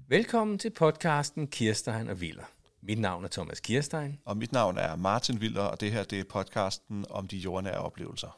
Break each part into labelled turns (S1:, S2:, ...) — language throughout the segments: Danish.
S1: Velkommen til podcasten Kirstein og Willer. Mit navn er Thomas Kirstein.
S2: Og mit navn er Martin Willer, og det her det er podcasten om de jordnære oplevelser.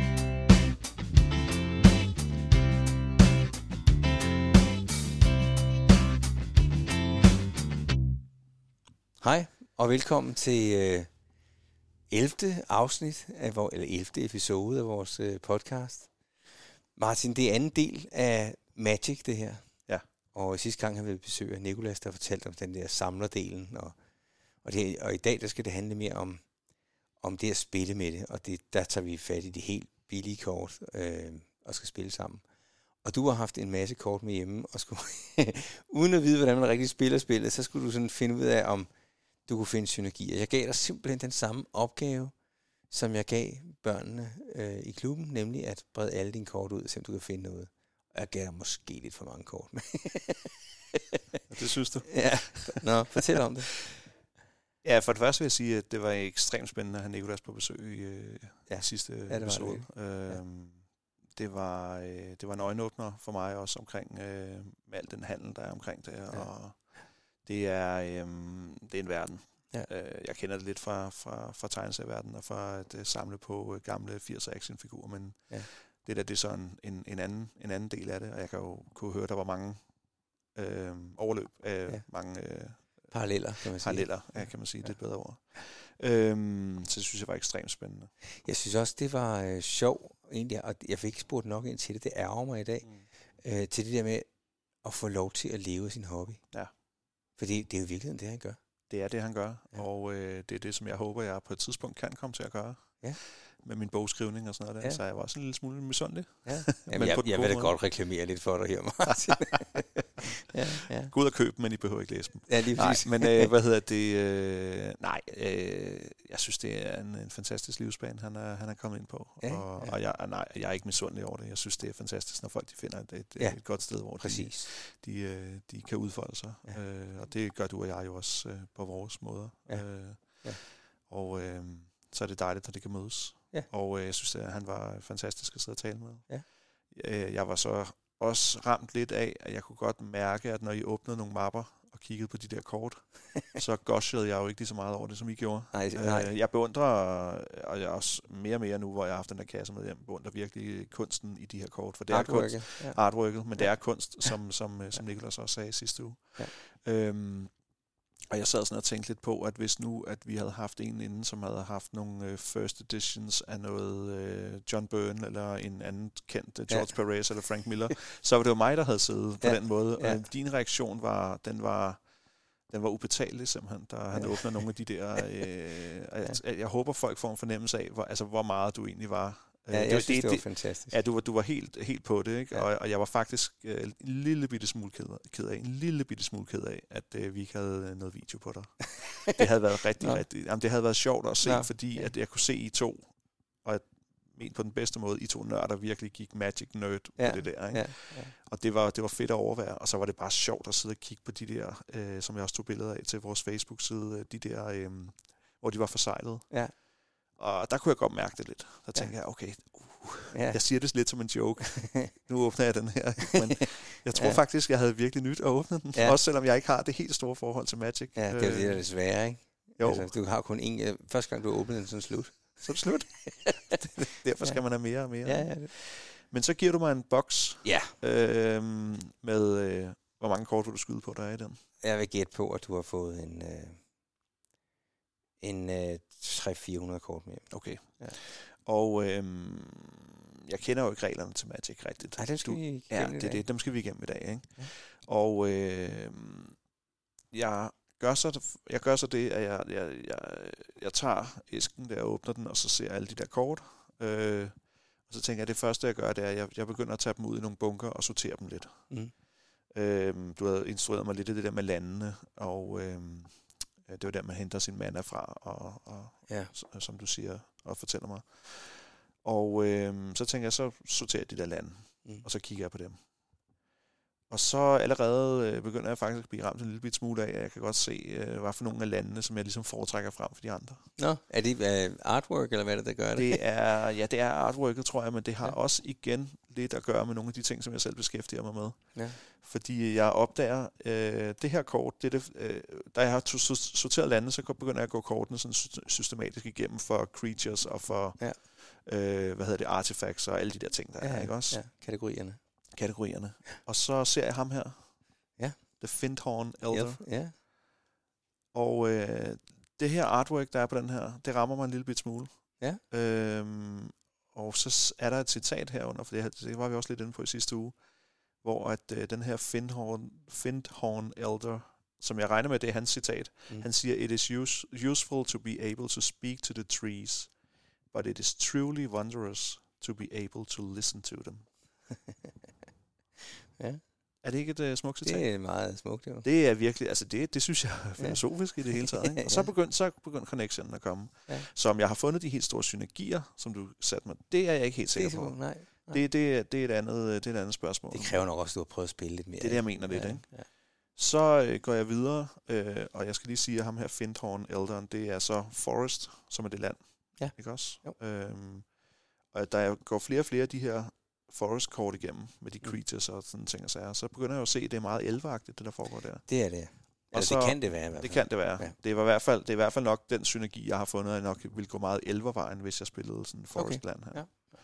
S1: Hej, og velkommen til 11. afsnit, eller 11. episode af vores podcast. Martin, det er anden del af Magic, det her.
S2: Ja.
S1: Og sidste gang har vi besøgt af Nicolas, der fortalte om den der samlerdelen. Og i dag der skal det handle mere om det at spille med det. Og der tager vi fat i de helt billige kort og skal spille sammen. Og du har haft en masse kort med hjemme, og skulle uden at vide, hvordan man rigtig spiller spillet, så skulle du sådan finde ud af, om du kunne finde synergier. Jeg gav dig simpelthen den samme opgave, som jeg gav børnene i klubben, nemlig at brede alle dine kort ud, så du kan finde noget. Og jeg gav dig måske lidt for mange kort med.
S2: Det synes du?
S1: Ja. Nå, fortæl om det.
S2: Ja, for det første vil jeg sige, at det var ekstremt spændende at have Nicolas på besøg i sidste episode. Det var en øjenåbner for mig også omkring med al den handel, der er omkring det. Ja. Og det er en verden. Ja. Jeg kender det lidt fra tegneserieverdenen og fra at samle på gamle 80'er actionfigurer, men det er sådan en anden del af det, og jeg kunne høre, der var mange overløb, mange
S1: paralleller, kan man sige.
S2: Paralleller, kan man sige, det er et bedre ord. Så det synes jeg var ekstremt spændende.
S1: Jeg synes også, det var sjov, egentlig, og jeg fik ikke spurgt nok ind til det. Det ærger mig i dag, til det der med at få lov til at leve sin hobby.
S2: Ja.
S1: Fordi det er jo virkelig det, han gør.
S2: Det er det, han gør, og det er det, som jeg håber, jeg på et tidspunkt kan komme til at gøre. Ja. Med min bogskrivning og sådan noget der, så jeg var også en lille smule misundelig.
S1: Ja. Jamen, jeg vil da godt reklamere lidt for dig her, Martin.
S2: Gå ud og køb dem, men I behøver ikke læse dem.
S1: Ja, lige præcis.
S2: Nej, men hvad hedder det? Jeg synes, det er en fantastisk livsbane, han er kommet ind på. Og jeg er ikke misundelig over det. Jeg synes, det er fantastisk, når folk de finder et godt sted, hvor de kan udfolde sig. Ja. Og det gør du og jeg jo også på vores måder. Ja. Og så er det dejligt, at det kan mødes. Ja. Og jeg synes, at han var fantastisk at sidde og tale med. Ja. Jeg var så også ramt lidt af, at jeg kunne godt mærke, at når I åbnede nogle mapper og kiggede på de der kort, så gushede jeg jo ikke lige så meget over det, som I gjorde. Nej. Jeg beundrer, og jeg også mere og mere nu, hvor jeg har haft den der kasse med hjem, beundrer virkelig kunsten i de her kort. For det er kunst, artworket, men det er kunst, som Nicolas også sagde sidste uge. Ja. Og jeg sad sådan og tænkte lidt på, at hvis nu, at vi havde haft en inden, som havde haft nogle first editions af noget John Byrne, eller en anden kendt George Perez eller Frank Miller, så var det jo mig, der havde siddet på den måde. Ja. Og din reaktion den var ubetalelig simpelthen, da han åbner nogle af de der... Jeg håber, folk får en fornemmelse af, hvor meget du egentlig var...
S1: jeg synes, det var fantastisk.
S2: Ja, du var helt på det, ikke? Ja. Og jeg var faktisk en lille bitte smule ked af, at vi ikke havde noget video på dig. Det havde været rigtig... Jamen, det havde været sjovt at se, fordi at jeg kunne se I to, og jeg mente på den bedste måde, I to nørder virkelig gik Magic Nerd på det der, ikke? Ja. Og det var fedt at overvære, og så var det bare sjovt at sidde og kigge på de der, som jeg også tog billeder af til vores Facebook-side, de der, hvor de var forsejlet. Ja. Og der kunne jeg godt mærke det lidt. Der tænkte jeg, okay, jeg siger det lidt som en joke. Nu åbner jeg den her. Men jeg tror faktisk, jeg havde virkelig nyt at åbne den. Ja. Også selvom jeg ikke har det helt store forhold til Magic.
S1: Ja, det er det, der er svære, ikke? Jo. Altså, du har kun én. Første gang, du åbner den, så er slut.
S2: Så er det slut. Derfor skal man have mere og mere. Ja. Men så giver du mig en boks med, hvor mange kort vil du skyde på, der er i den?
S1: Jeg vil gætte på, at du har fået en 300-400 kort med.
S2: Okay. Ja. Og jeg kender jo ikke reglerne til Magic rigtigt.
S1: Nej, dem skal vi igennem i dag.
S2: Dem skal vi igennem i dag, ikke? Ja. Og jeg gør så det, at jeg tager æsken der og åbner den, og så ser jeg alle de der kort. Og så tænker jeg, at det første, jeg gør, det er, at jeg begynder at tage dem ud i nogle bunker og sortere dem lidt. Mm. Du havde instrueret mig lidt i det der med landene, og det var der, man henter sin mana fra, og som du siger og fortæller mig. Og så tænker jeg, så sorterer jeg de der lande, og så kigger jeg på dem. Og så allerede begynder jeg faktisk at blive ramt en lille bit smule af, at jeg kan godt se, hvad for nogle af landene, som jeg ligesom foretrækker frem for de andre.
S1: Nå, er det artwork, eller hvad er det, der gør det?
S2: Det er artworket, tror jeg, men det har også igen lidt at gøre med nogle af de ting, som jeg selv beskæftiger mig med. Ja. Fordi jeg opdager, det her kort, da jeg har sorteret lande, så begynder jeg at gå kortene sådan systematisk igennem for creatures og for, artifacts og alle de der ting, der er, ikke også?
S1: Ja, kategorierne.
S2: Og så ser jeg ham her.
S1: Ja.
S2: The Fyndhorn Elder.
S1: Ja.
S2: Og det her artwork, der er på den her, det rammer mig en lille bit smule.
S1: Ja.
S2: Og så er der et citat herunder, for det var vi også lidt inde på i sidste uge, hvor at den her Fyndhorn Elder, som jeg regner med, det er hans citat, han siger, "It is useful to be able to speak to the trees, but it is truly wondrous to be able to listen to them."
S1: Ja.
S2: Er det ikke et smukt citat?
S1: Det er meget smukt, jo.
S2: Det er virkelig, altså det synes jeg er filosofisk i det hele taget. Ikke? Og så begyndte connectionen at komme. Ja. Så om jeg har fundet de helt store synergier, som du satte mig, det er jeg ikke helt sikker på.
S1: Nej.
S2: Det er et andet spørgsmål.
S1: Det kræver nok også, at du har prøvet at spille lidt mere.
S2: Det er det, jeg mener lidt, ikke? Ja. Så går jeg videre, og jeg skal lige sige, at ham her Fyndhorn Elderen, det er så Forest, som er det land.
S1: Ja.
S2: Ikke også? Og der går flere og flere af de her Forest-kort igennem med de creatures og sådan ting og sager, så begynder jeg jo at se, at det er meget elveagtigt, det der foregår der.
S1: Det er det. Og så, det kan det være i hvert fald.
S2: Det kan det være. Ja. Det er i hvert fald nok den synergi, jeg har fundet, at jeg nok ville gå meget elvervejen, hvis jeg spillede sådan Forest-land her.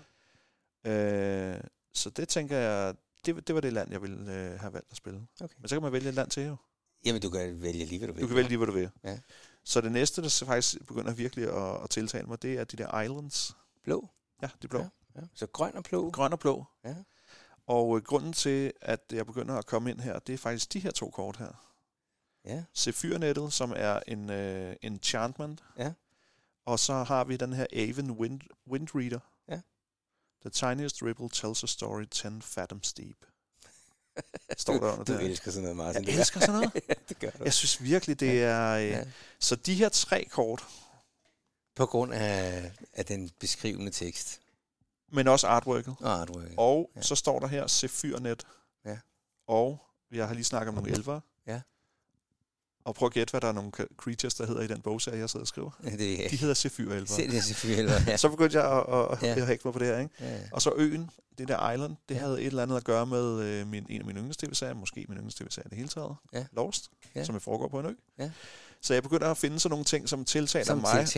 S2: Ja. Så det tænker jeg, det var det land, jeg ville have valgt at spille. Okay. Men så kan man vælge et land til jo.
S1: Jamen, du kan vælge lige, hvad du vil.
S2: Du kan vælge lige, hvad du vil. Ja. Så det næste, der faktisk begynder virkelig at tiltale mig, det er de der islands.
S1: Blå?
S2: Ja, det er blå.
S1: Ja. Så grøn og blå?
S2: Grøn og blå.
S1: Ja.
S2: Og grunden til, at jeg begynder at komme ind her, det er faktisk de her to kort her.
S1: Ja.
S2: Sephyrnettet, som er en enchantment.
S1: Ja.
S2: Og så har vi den her Aven Windreader.
S1: Ja.
S2: The tiniest ripple tells a story 10 fathoms deep. Står der under
S1: du elsker sådan noget meget.
S2: Jeg elsker sådan noget.
S1: Ja, det gør du.
S2: Jeg synes virkelig, det er... Så de her 3 kort...
S1: På grund af den beskrivende tekst.
S2: Men også artworket. Og
S1: ja.
S2: Så står der her Sephyrnet.
S1: Ja.
S2: Og jeg har lige snakket om nogle elver.
S1: Ja.
S2: Og prøv at gætte, hvad der er nogle creatures, der hedder i den bogserie, jeg sidder og skriver. De hedder Sephyrelver.
S1: Det er Sephyrelver, ja.
S2: Så begyndte jeg at hægte mig på det her, ikke? Ja. Og så øen, det der island, det havde et eller andet at gøre med en af mine yndlings-tv-serier, måske min yndlings-tv-serie det hele taget.
S1: Ja.
S2: Lost, som jeg foregår på en ø.
S1: Ja.
S2: Så jeg begynder at finde sådan nogle ting, som tiltaler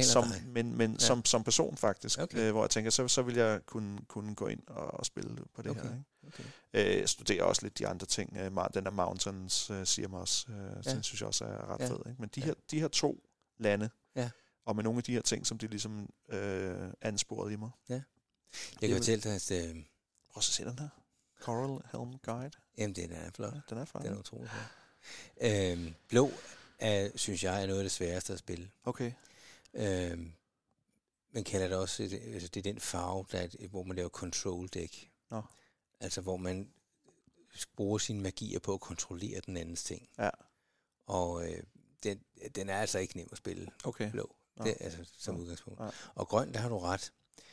S2: mig, som person faktisk. Okay. Hvor jeg tænker, så vil jeg kunne gå ind og spille på det her. Ikke? Okay. Studerer også lidt de andre ting. Den der Mountains siger mig også, den synes jeg også er ret fed. Ikke? Men de her 2 lande, og med nogle af de her ting, som de ligesom ansporede i mig.
S1: Ja. Jeg kan fortælle dig, at...
S2: Prøv at se den her. Coral Helm Guide.
S1: Jamen, den er flot.
S2: Ja, den er flot.
S1: Den er utrolig flot. Blå synes jeg er noget af det sværeste at spille.
S2: Okay.
S1: Man kalder det også, det er den farve, hvor man laver control deck.
S2: Nå.
S1: Altså hvor man bruger sine magier på at kontrollere den andens ting.
S2: Ja.
S1: Og den er altså ikke nem at spille blå. Det er altså som udgangspunkt. Ja. Og grøn, der har du ret.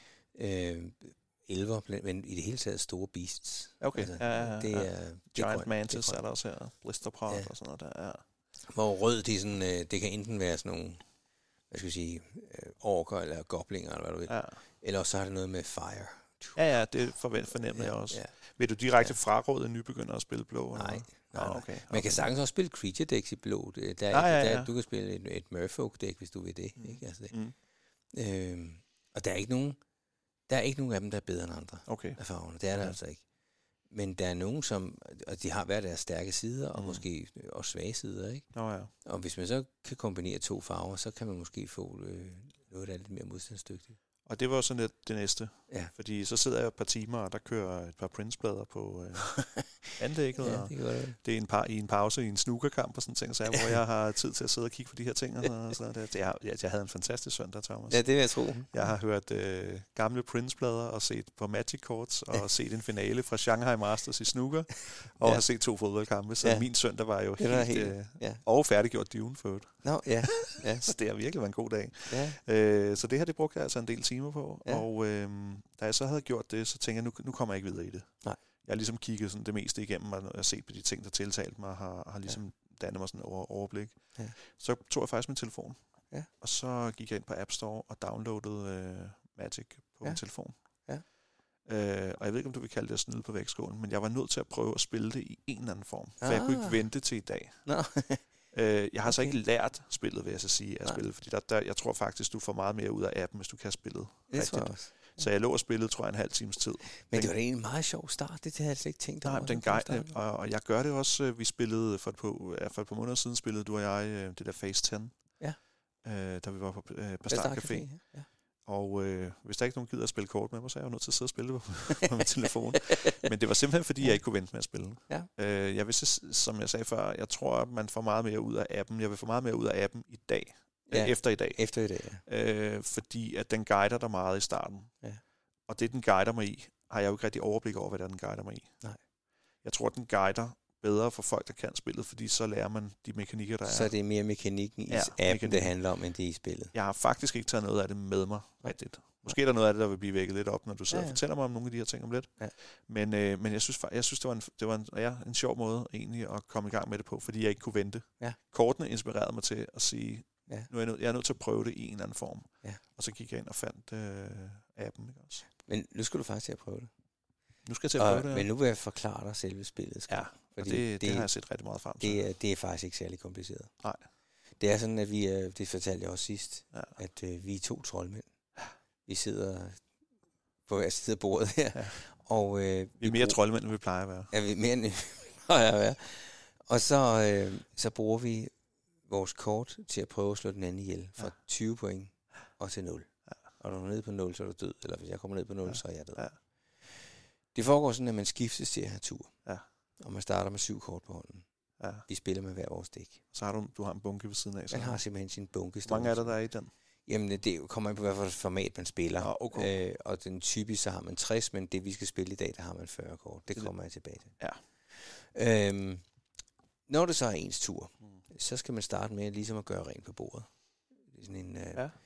S1: Elver, men i det hele taget store beasts.
S2: Okay.
S1: Altså,
S2: det er Giant grøn, Mantis er der også her. Blisterpart og sådan noget der. Ja.
S1: Hvor rød, det er sådan, det kan enten være sådan nogle, hvad skal jeg sige, orker eller goblinger, eller hvad du ved. Ja. Eller så har det noget med fire.
S2: Ja, det fornemmer jeg også. Ja. Vil du direkte fraråde en nybegynder at spille blå?
S1: Nej.
S2: Okay.
S1: Man kan sagtens også spille creature decks i blå. Du kan spille et Merfolk deck, hvis du vil det. Ikke? Altså det. Og der er ikke nogen af dem, der er bedre end andre af farverne. Det er der altså ikke. Men der er nogen, og de har hver deres stærke sider, og måske også svage sider, ikke? Og hvis man så kan kombinere 2 farver, så kan man måske få noget, der er lidt mere modstandsdygtigt.
S2: Og det var sådan lidt det næste. Ja. Fordi så sidder jeg et par timer, og der kører et par Prince-plader på anlægget.
S1: Ja,
S2: det er i en pause i en snookerkamp og sådan ting, hvor jeg har tid til at sidde og kigge på de her ting. Og sådan noget. Jeg havde en fantastisk søndag, Thomas.
S1: Ja, det vil jeg tro.
S2: Jeg har hørt gamle Prince-plader og set på Magic Courts og set en finale fra Shanghai Masters i snooker og har set 2 fodboldkampe. Så min søndag var jo helt og færdiggjort Dune for det.
S1: Nå, ja.
S2: Så det har virkelig været en god dag.
S1: Ja.
S2: Så det her, det brugte jeg altså en del timer på. Ja. Og da jeg så havde gjort det, så tænkte jeg, nu kommer jeg ikke videre i det.
S1: Nej.
S2: jeg har ligesom kigget sådan det meste igennem, og jeg har set på de ting, der tiltalte mig, har ligesom dannet mig sådan et overblik. Ja. Så tog jeg faktisk min telefon, og så gik jeg ind på App Store og downloadede Magic på min telefon. Ja. Og jeg ved ikke, om du vil kalde det at snyde på vægtskålen, men jeg var nødt til at prøve at spille det i en eller anden form, for jeg kunne ikke vente til i dag. No. Jeg har så ikke lært spillet, vil jeg så sige, at spille, fordi jeg tror faktisk, du får meget mere ud af appen, hvis du kan spillet rigtigt. Så jeg lå og spillede, tror jeg, en halv times tid.
S1: Men det var da en meget sjov start, det havde jeg slet ikke tænkt over.
S2: Nej, den guide, og jeg gør det også, vi spillede for et par måneder siden, spillede du og jeg det der Phase 10, da vi var på Bastard Café. Ja. Og hvis der ikke nogen gider at spille kort med mig, så er jeg jo nødt til at sidde og spille på min telefon. Men det var simpelthen, fordi jeg ikke kunne vente med at spille. Ja. Jeg vil, som jeg sagde før, jeg tror, at man får meget mere ud af appen. Jeg vil få meget mere ud af appen i dag. Efter i dag.
S1: Efter i dag, ja.
S2: Fordi at den guider dig meget i starten. Ja. Og det, den guider mig i, har jeg jo ikke rigtig overblik over, hvad den guider mig i. Nej. Jeg tror, den guider bedre for folk, der kan spillet, fordi så lærer man de mekanikker, der er.
S1: Så det er mere mekanikken i appen, det handler om, end det i spillet.
S2: Jeg har faktisk ikke taget noget af det med mig rigtigt. Måske er der noget af det, der vil blive vækket lidt op, når du sidder og fortæller mig om nogle af de her ting om lidt. Ja. Men jeg synes det var en sjov måde egentlig at komme i gang med det på, fordi jeg ikke kunne vente. Ja. Kortene inspirerede mig til at sige, nu er jeg nødt til at prøve det i en eller anden form. Ja. Og så gik jeg ind og fandt appen. Ikke også?
S1: Men nu skal du faktisk til at prøve det.
S2: Nu skal jeg til at prøve det. Ja.
S1: Men nu vil jeg forklare dig selve spillet.
S2: Ja, og det har jeg set rigtig meget frem
S1: til. Det er faktisk ikke særlig kompliceret.
S2: Nej.
S1: Det er sådan, at det fortalte jeg også sidst, at vi er 2 troldmænd. Vi sidder på hver side af bordet her. Ja. Og,
S2: vi er mere troldmænd, end vi plejer at være.
S1: Ja, vi er mere end vi plejer at være. Og så bruger vi vores kort til at prøve at slå den anden ihjel fra 20 point og til 0. Ja. Og når du er nede på 0, så er du død. Eller hvis jeg kommer ned på 0, så er jeg død. Ja. Det foregår sådan, at man skiftes til at have tur. Ja. Og man starter med 7 kort på hånden. Ja. Vi spiller med hver vores dæk.
S2: Så har du har en bunke ved siden af.
S1: Man har simpelthen sin bunke.
S2: Hvor mange er der i den?
S1: Jamen, det kommer ind på, hvad for format man spiller. Okay. Og den typisk, så har man 60, men det vi skal spille i dag, der har man 40 kort. Det kommer jeg tilbage til. Ja. Når det så er ens tur, så skal man starte med ligesom at gøre rent på bordet. Sådan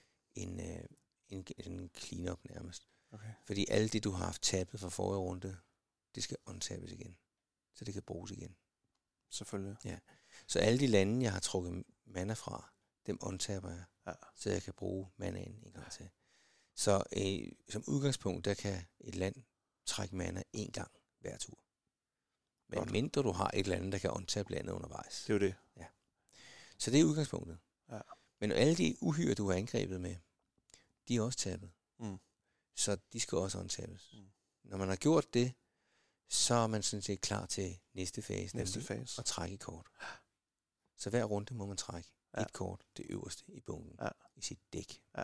S1: en clean-up nærmest. Okay. Fordi alle det, du har haft tappet fra forrige runde, det skal untappes igen. Så det kan bruges igen.
S2: Selvfølgelig.
S1: Ja. Så alle de lande, jeg har trukket mana fra, dem untapper jeg, så jeg kan bruge manaen en gang til. Så som udgangspunkt, der kan et land trække mana 1 gang hver tur. Men mindre du har et eller andet, der kan untappe landet undervejs.
S2: Det er jo det.
S1: Ja. Så det er udgangspunktet. Ja. Men alle de uhyre, du har angrebet med, de er også tappet. Mm. Så de skal også untappes. Mm. Når man har gjort det, så er man sådan set klar til næste fase. Og trække et kort. Så hver runde må man trække et kort, det øverste i bunken, i sit dæk. Ja.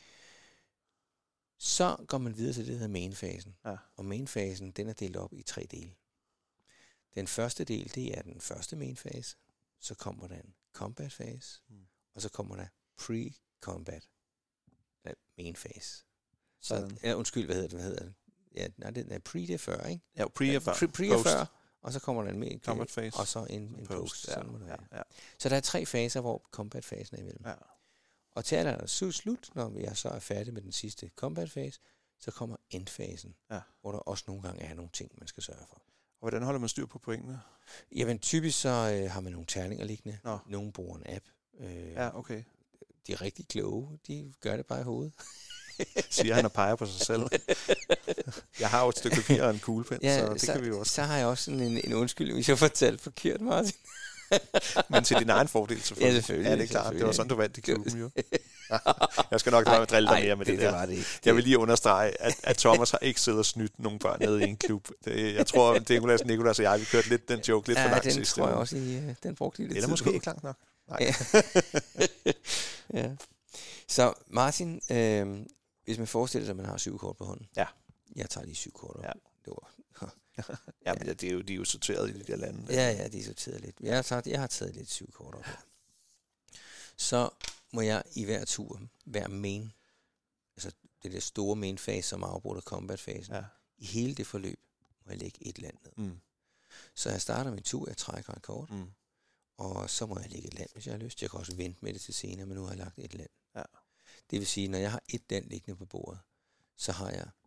S1: Så går man videre til det, der hedder mainfasen. Ja. Og mainfasen, den er delt op i 3 dele. Den første del, det er den første mainfase. Så kommer der en combat fase. Og så kommer der pre-combat mainfase. Undskyld, hvad hedder det? Ja, nej, den er pre, det er før, ikke?
S2: Ja, pre er før.
S1: Pre er før, og så kommer der en main
S2: combat phase,
S1: og så en post. Ja. Så der er 3 faser, hvor combat-fasen er imellem. Ja. Og til slut, når jeg så er færdig med den sidste combat-fase, så kommer endfasen, hvor der også nogle gange er nogle ting, man skal sørge for.
S2: Og hvordan holder man styr på pointene?
S1: Jamen, typisk så har man nogle terninger liggende. Nogle bruger en app.
S2: Okay.
S1: De er rigtig kloge. De gør det bare i hovedet.
S2: Siger han og peger på sig selv. Jeg har jo et stykke papir og en kuglepen, så det kan vi jo også.
S1: Så har jeg også sådan en undskyldning, hvis jeg fortalte forkert, Martin.
S2: Men til din egen fordel, selvfølgelig.
S1: Ja, selvfølgelig.
S2: Ja, det er klart. Det var sådan, du vandt i klubben, jo. Jeg skal nok drille dig mere med det der.
S1: Det var det ikke.
S2: Jeg vil lige understrege, at Thomas har ikke siddet og snydt nogen børn nede i en klub. Jeg tror, at Nicolas og jeg, vi kørte lidt den joke lidt for langt sidst.
S1: Ja, den tror jeg også, den brugte lidt tid.
S2: Eller måske ikke langt nok. Nej.
S1: Ja. Så Martin, hvis man forestiller sig, at man har 7 kort på hånden. Ja. Jeg tager lige 7 kort op. Ja. Det var...
S2: Ja, men de er jo sorteret i de der lande.
S1: Ja, de er sorteret lidt. Jeg har taget lidt 7 kort op her. Så må jeg i hver main, altså det der store main fase, som afbrudt combat-fasen, i hele det forløb, må jeg lægge et land ned. Mm. Så jeg starter min tur, jeg trækker et kort, og så må jeg lægge et land, hvis jeg har lyst. Jeg kan også vente med det til senere, men nu har jeg lagt et land. Ja. Det vil sige, når jeg har et land liggende på bordet, så har jeg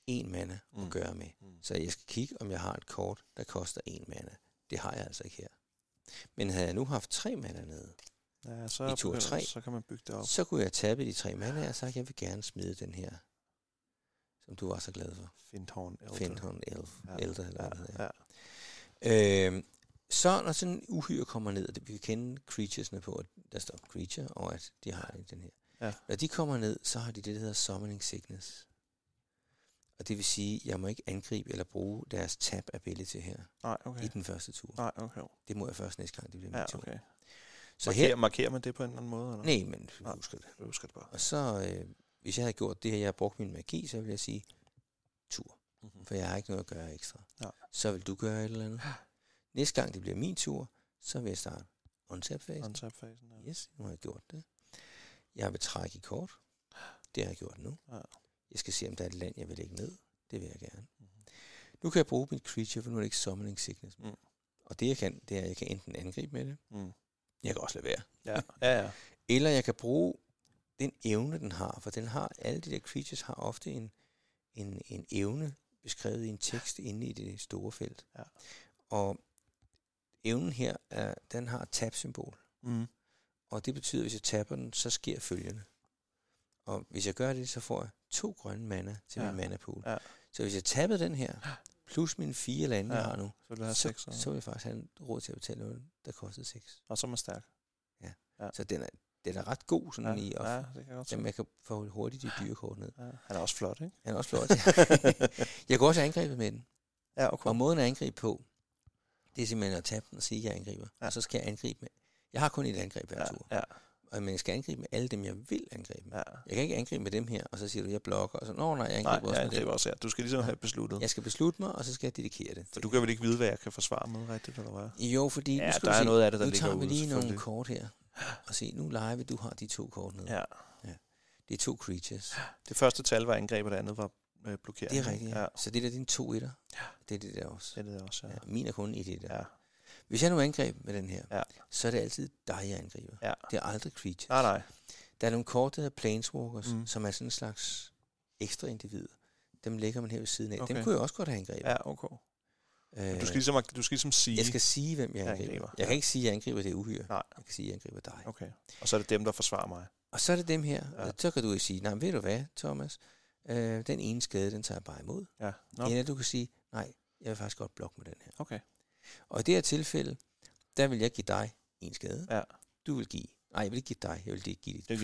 S1: 1 mana at gøre med. Så jeg skal kigge, om jeg har et kort, der koster 1 mana. Det har jeg altså ikke her. Men havde jeg nu haft 3 mana nede, i tur 3,
S2: så kan man bygge det op.
S1: Så kunne jeg tabe de 3 mana og sige, at jeg vil gerne smide den her, som du var så glad for.
S2: Fyndhorn
S1: Elder. Ja. Så når sådan en uhyre kommer ned, og vi kan kende creaturesne på, at der står creature, og at de har den her. Ja. Når de kommer ned, så har de det, der hedder Summoning Sickness. Og det vil sige, at jeg må ikke angribe eller bruge deres tab ability her. I den første tur. Det må jeg først næste gang, det bliver min tur.
S2: Okay. Så markerer man det på en eller anden måde? Eller?
S1: Nej, men du husker det bare. Og så, hvis jeg havde gjort det her, jeg har brugt min magi, så vil jeg sige tur. For jeg har ikke noget at gøre ekstra. Ja. Så vil du gøre et eller andet. Næste gang det bliver min tur, så vil jeg starte untap-fasen. Ja. Yes, nu har jeg gjort det. Jeg vil trække i kort. Det har jeg gjort nu. Ja. Jeg skal se, om der er et land, jeg vil lægge ned. Det vil jeg gerne. Nu kan jeg bruge mit creature, for nu er det ikke Summoning Sickness. Og det jeg kan, det er, at jeg kan enten angribe med det. Jeg kan også lade være.
S2: Ja.
S1: Eller jeg kan bruge den evne, den har. For den har, alle de der creatures har ofte en evne beskrevet i en tekst inde i det store felt. Ja. Og evnen her, den har et tab-symbol. Og det betyder, at hvis jeg tapper den, så sker følgende. Og hvis jeg gør det, så får jeg 2 grønne mana til min mana-pool. Ja. Så hvis jeg tappede den her, plus mine 4 lande, jeg har nu, så vil jeg faktisk have en råd til at betale noget, der kostede 6.
S2: Og så er man stærk.
S1: Ja. Så den er ret god sådan i. Og det kan godt så man kan få hurtigt de dyrekort ned.
S2: Ja. Han er også flot, ikke?
S1: Han er også flot, ja. Jeg kan også angribe med den.
S2: Ja, okay.
S1: Og måden at angribe på, det er simpelthen at tabe den og sige, at jeg angriber. Og så skal jeg angribe med. Jeg har kun et angreb hver tur. Ja. Men jeg skal angribe med alle dem, jeg vil angribe med. Ja. Jeg kan ikke angribe med dem her, og så siger du, jeg blokker, og så, nej, jeg angriber også med
S2: det. Også her. Du skal ligesom have besluttet.
S1: Jeg skal beslutte mig, og så skal jeg dedikere det.
S2: For du kan vel ikke vide, hvad jeg kan forsvare med rigtigt, eller hvad?
S1: Jo, fordi nu skal
S2: der er noget af det, der
S1: nu
S2: ligger
S1: tager vi lige nogle kort her, og se, nu leger vi, du har de 2 kort nede. Ja. Det er 2 creatures.
S2: Det første tal var angreb, og det andet var blokering.
S1: Det er rigtigt, ja. Så det der er dine 2 etter. Ja. Det er det der også.
S2: Det er det også, ja.
S1: Min er kun 1 etter. Ja. Hvis jeg nu angreb med den her, så er det altid dig, jeg angriber. Ja. Det er aldrig creatures.
S2: Nej. Der
S1: er nogle kort, der hedder Planeswalkers, som er sådan en slags ekstra individ. Dem lægger man her ved siden af. Okay. Dem kunne jeg også godt have angrebet.
S2: Ja, okay. Du skal ligesom sige...
S1: Jeg skal sige, hvem jeg angriber. Jeg kan ikke sige, at jeg angriber det uhyre. Nej. Jeg kan sige, at jeg angriber dig.
S2: Okay. Og så er det dem, der forsvarer mig.
S1: Og så er det dem her. Ja. Og så kan du sige, nej, ved du hvad, Thomas? Den ene skade, den tager jeg bare imod. Ja. Eller du kan sige, nej, jeg vil faktisk godt blokke med den her. Okay. Og i det her tilfælde, der vil jeg give dig 1 skade. Ja. Du vil give... Nej, jeg vil ikke give dig. Jeg vil give dit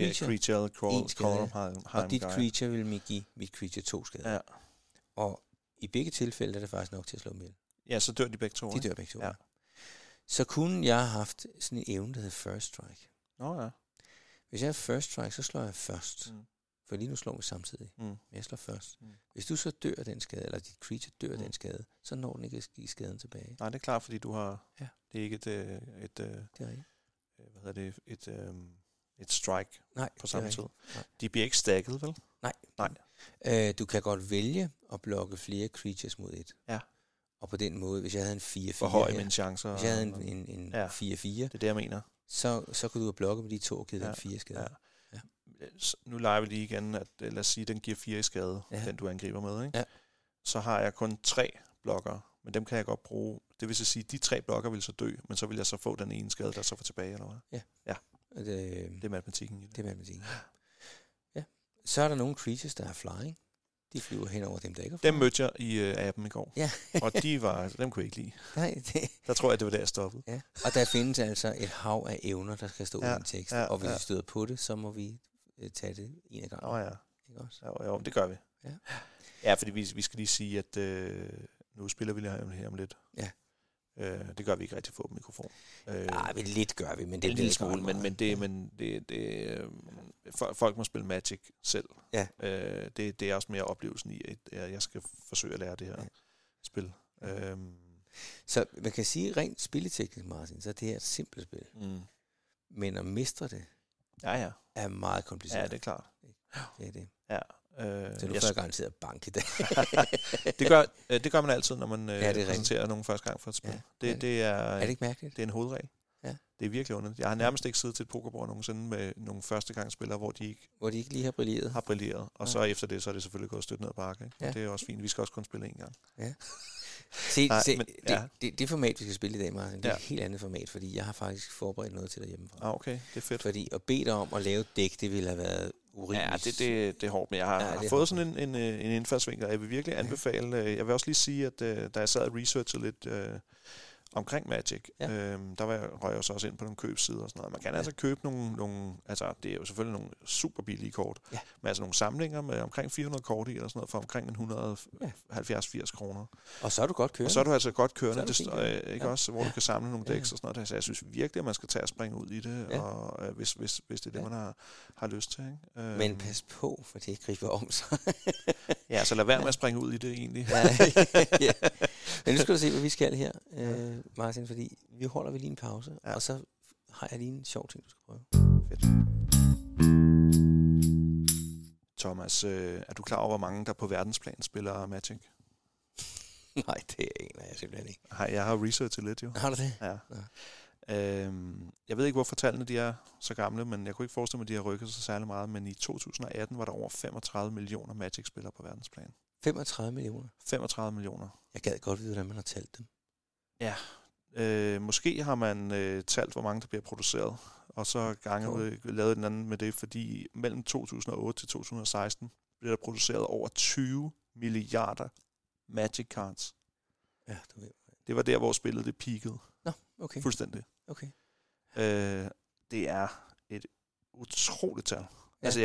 S1: creature og dit creature vil give mit creature 2 skader. Ja. Og i begge tilfælde er det faktisk nok til at slå med.
S2: Ja, så dør de begge 2.
S1: De dør begge 2. Ja. Så kunne jeg have haft sådan en evne, der hedder First Strike.
S2: Ja.
S1: Hvis jeg har First Strike, så slår jeg først. For lige nu slår vi samtidig. Men jeg slår først. Hvis du så dør den skade, eller dit creature dør den skade, så når den ikke at give skaden tilbage.
S2: Nej, det er klart, fordi du har... Ja. Det er ikke et
S1: det er rigtigt.
S2: Hvad hedder det? Et strike på samme tid. De bliver ikke stacket, vel?
S1: Nej. Du kan godt vælge at blokke flere creatures mod et. Ja. Og på den måde, hvis jeg havde en 4-4
S2: forhøje mine chancer.
S1: Hvis jeg havde en 4-4. Det
S2: er det, jeg mener.
S1: Så kunne du have blokket med de 2 og givet den 4 skade.
S2: Ja. Nu leger vi lige igen, at lad os sige, den giver 4 i skade, den du angriber med. Ikke? Ja. Så har jeg kun 3 blokker, men dem kan jeg godt bruge. Det vil så sige, at de 3 blokker vil så dø, men så vil jeg så få den ene skade, der så får tilbage, eller hvad? Ja. Det er matematikken i det.
S1: Det er matematikken. Ja. Så er der nogle creatures, der er flying. De flyver hen over dem, der ikke er flying.
S2: Dem mødte jeg i appen i går. Ja. Og dem kunne jeg ikke lide. Nej, der tror jeg, det var der, jeg stoppede. Ja.
S1: Og der findes altså et hav af evner, der skal stå i en tekst. Og hvis vi støder på det, så må vi tage det en af gangen.
S2: Ja. Ikke også? Jo, det gør vi. Ja, fordi vi skal lige sige, at nu spiller vi her om lidt. Ja. Det gør vi ikke rigtig få på mikrofon.
S1: Nej, lidt gør vi, men det er
S2: en lille smule. Men folk må spille Magic selv. Ja. Det er også mere oplevelsen i, at jeg skal forsøge at lære det her spil.
S1: Så man kan sige rent spilleteknisk, Martin, så det er et simpelt spil. Men at mestre det er meget kompliceret.
S2: Ja, det er klart.
S1: Det er det.
S2: Ja.
S1: Så du får garanteret bank i dag.
S2: det gør man altid, når man præsenterer nogen første gang for et spil.
S1: Ja,
S2: det er
S1: det ikke mærkeligt?
S2: Det er en hovedregel.
S1: Ja.
S2: Det er virkelig underligt. Jeg har nærmest ikke siddet til et pokerbord nogensinde med nogle førstegangsspillere, hvor de ikke
S1: lige har brilleret.
S2: Og så efter det, så er det selvfølgelig gået stødt ned ad bakke. Ikke? Ja. Det er også fint. Vi skal også kun spille en gang.
S1: Ja. Det format, vi skal spille i dag, Martin, det er et helt andet format, fordi jeg har faktisk forberedt noget til dig hjemmefra.
S2: Okay, det er fedt.
S1: Fordi at bede dig om at lave et dæk, det ville have været urimeligt.
S2: Ja, det er hårdt, men jeg har fået sådan en indfaldsvinkel, og jeg vil virkelig anbefale. Jeg vil også lige sige, at da jeg sad og researchede lidt omkring Magic, der røg jeg så også ind på nogle købsider og sådan noget. Man kan altså købe nogle, altså det er jo selvfølgelig nogle super billige kort, men altså nogle samlinger med omkring 400 kort i, eller sådan noget, for omkring 170-80 kroner.
S1: Og så er du godt kørende.
S2: Og så er du altså godt kørende, ikke også, hvor du kan samle nogle decks og sådan noget. Så jeg synes virkelig, at man skal tage og springe ud i det, og hvis det er det, man har lyst til. Ikke?
S1: Men pas på, for det griber om sig.
S2: Ja, så lad være med at springe ud i det egentlig.
S1: Ja. Men nu skal du se, hvad vi skal her, Martin, fordi vi holder lige en pause, og så har jeg lige en sjov ting, du skal prøve.
S2: Fedt. Thomas, er du klar over, hvor mange der på verdensplan spiller Magic?
S1: Nej, det aner jeg simpelthen ikke.
S2: Jeg har researchet lidt, jo.
S1: Har du det?
S2: Ja. Jeg ved ikke, hvorfor tallene de er så gamle, men jeg kunne ikke forestille mig, at de har rykket sig særlig meget, men i 2018 var der over 35 millioner Magic-spillere på verdensplan.
S1: 35 millioner?
S2: 35 millioner.
S1: Jeg gad godt vide, hvordan man har talt dem.
S2: Ja. Måske har man talt, hvor mange der bliver produceret, og så lavet den anden med det, fordi mellem 2008 til 2016 blev der produceret over 20 milliarder Magic Cards.
S1: Ja, du ved.
S2: Det var der, hvor spillet det peakede.
S1: Nå, okay.
S2: Fuldstændig.
S1: Okay.
S2: Det er et utroligt tal.
S1: Ja.
S2: Altså,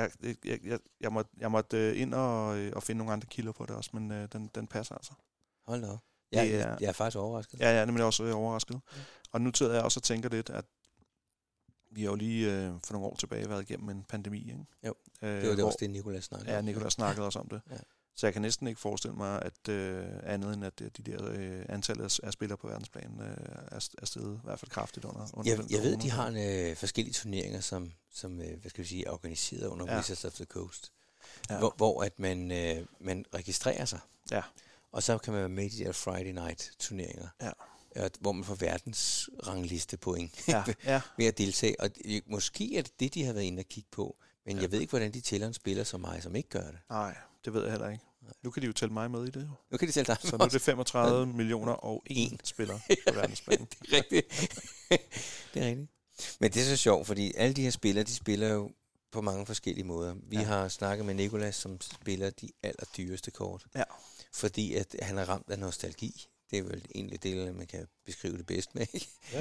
S2: jeg måtte ind og finde nogle andre kilder på det også, men den passer altså.
S1: Hold da op. Jeg er faktisk overrasket.
S2: Ja, nemlig også overrasket. Ja. Og nu sidder jeg også og tænker lidt, at vi har jo lige for nogle år tilbage været igennem en pandemi, ikke?
S1: Jo, det var det også det, Nicolas snakkede om.
S2: Ja, Nicolas snakkede også om det. Ja. Så jeg kan næsten ikke forestille mig, at andet end, at de der antallet af spillere på verdensplan er steget i hvert fald kraftigt under
S1: jeg ved, de har forskellige turneringer, som hvad skal vi sige, er organiseret under Wizards of the Coast. Ja. Hvor at man registrerer sig. Ja. Og så kan man være med i de der Friday Night turneringer. Ja. Hvor man får verdensrangliste point ved at deltage. Og måske er det, de har været inde og kigge på. Men jeg ved ikke, hvordan de tæller en spiller som mig, som ikke gør det.
S2: Nej, det ved jeg heller ikke. Nu kan de jo tælle mig med i det. Jo.
S1: Nu kan de tælle dig.
S2: Så nu er det 35 millioner og 1 spiller på verdensplan.
S1: Det er rigtigt. Det er rigtigt. Men det er så sjovt, fordi alle de her spillere, de spiller jo på mange forskellige måder. Vi har snakket med Nicolas, som spiller de allerdyreste kort. Ja. Fordi at han er ramt af nostalgi. Det er vel egentlig det, man kan beskrive det bedst med. Ikke? Ja,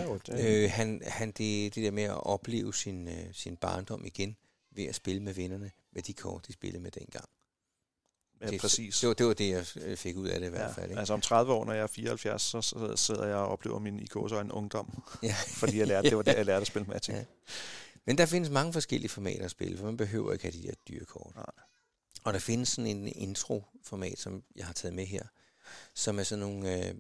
S1: det der med at opleve sin barndom igen, ved at spille med vennerne, med de kort, de spillede med dengang.
S2: Ja, præcis.
S1: Det var det, jeg fik ud af det i hvert fald. Ikke?
S2: Altså om 30 år, når jeg er 74, så sidder jeg og oplever min i gåseøjne ungdom. Ja. Fordi det var det, jeg lærte at spille Magic. Ja.
S1: Men der findes mange forskellige formater at spille, for man behøver ikke have de der dyre kort. Nej. Og der findes sådan en intro-format, som jeg har taget med her, som er sådan nogle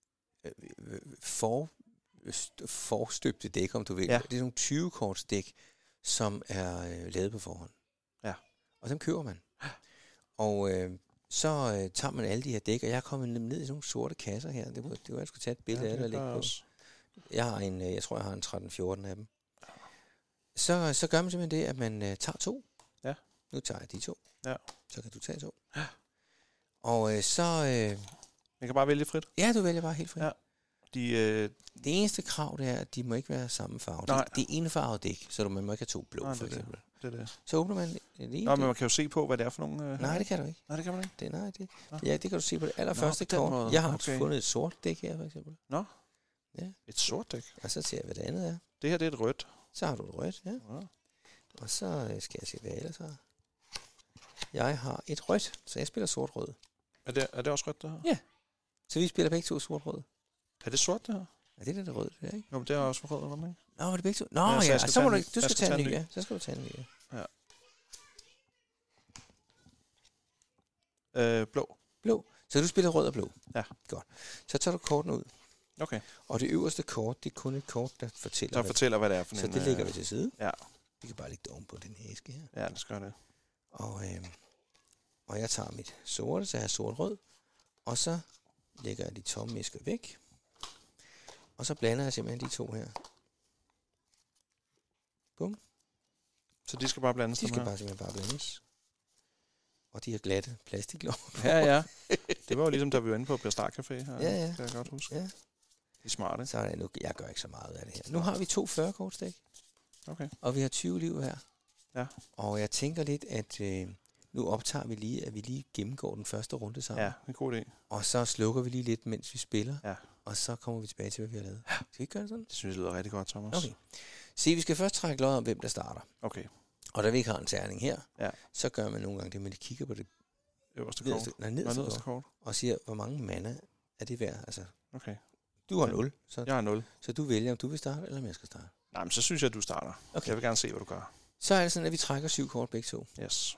S1: forstøbte dæk, om du vil. Ja. Det er nogle 20-korts dæk, som er lavet på forhånd. Ja. Og dem køber man. Og så tager man alle de her dæk, og jeg er kommet ned i sådan nogle sorte kasser her. Det var jeg skulle tage et billede af det og lægge på. Jeg har jeg tror, jeg har en 13-14 af dem. Så gør man simpelthen det, at man tager 2. Ja. Nu tager jeg de 2. Ja. Så kan du tage 2. Ja. Og så...
S2: man kan bare vælge frit?
S1: Ja, du vælger bare helt frit. Ja.
S2: Det
S1: eneste krav, det er, at de må ikke være samme farve. Det er enfarvet dæk, så man må ikke have 2 blå, for eksempel. Det. Så åbner man
S2: men man kan jo se på, hvad det er for nogle...
S1: Nej, det kan du ikke.
S2: Nej, det kan man ikke?
S1: Det kan du se på det allerførste kort. Jeg har fundet et sort dæk her, for eksempel.
S2: Nå. Ja. Et sort dæk?
S1: Og så ser jeg, hvad det andet er.
S2: Det her, det er et rødt.
S1: Så har du et rødt, ja. Og så skal jeg se, hvad jeg ellers har. Jeg har et rødt, så jeg spiller sort-rød.
S2: Er det også rødt, det her?
S1: Ja. Så vi spiller begge to sort-rød.
S2: Er det sort, det her?
S1: Ja, det er det røde, det er, ikke?
S2: Jo, men det er også rød, eller ikke?
S1: Nå, var det begge to? Nå, ja, så må du skal tage en ny, ja. Så skal du tage en ny,
S2: ja. Blå.
S1: Blå. Så du spiller rød og blå?
S2: Ja.
S1: Godt. Så tager du korten ud.
S2: Okay.
S1: Og det øverste kort, det er kun et kort, der
S2: fortæller, hvad det er for
S1: en... Så det lægger vi til side. Ja. Vi kan bare lægge det oven på den æske her.
S2: Ja, det skal det.
S1: Og jeg tager mit sorte, så jeg har sort-rød. Og så lægger jeg de tomme æsker væk. Og så blander jeg simpelthen de 2 her. Bum.
S2: Så de skal bare blandes?
S1: De skal simpelthen bare blandes. Og de har glatte plastiklov.
S2: Ja. Det var jo ligesom, da vi var inde på Bastard Café her.
S1: Ja.
S2: Det kan jeg godt huske.
S1: Ja.
S2: De er smarte.
S1: Så er det nu, jeg gør ikke så meget af det her. Nu har vi 2 40-kortsdæk.
S2: Okay.
S1: Og vi har 20 liv her.
S2: Ja.
S1: Og jeg tænker lidt, at nu optager vi lige, at vi lige gennemgår den første runde sammen.
S2: Ja, en god idé.
S1: Og så slukker vi lige lidt, mens vi spiller.
S2: Ja.
S1: Og så kommer vi tilbage til, hvad vi har lavet. Skal vi ikke gøre det sådan?
S2: Det synes jeg lyder rigtig godt, Thomas.
S1: Okay. Se, vi skal først trække lod om, hvem der starter.
S2: Okay.
S1: Og da vi ikke har en terning her,
S2: ja.
S1: så gør man nogle gange det, man kigger på det
S2: øverste kort.
S1: nederste kort. Og siger, hvor mange mana er det værd? Altså,
S2: okay.
S1: Du har 0.
S2: Jeg har 0.
S1: Så du vælger, om du vil starte, eller om jeg skal starte.
S2: Nej, men så synes jeg, at du starter. Okay. Jeg vil gerne se, hvad du gør.
S1: Så er det sådan, at vi trækker 7 kort begge to.
S2: Yes.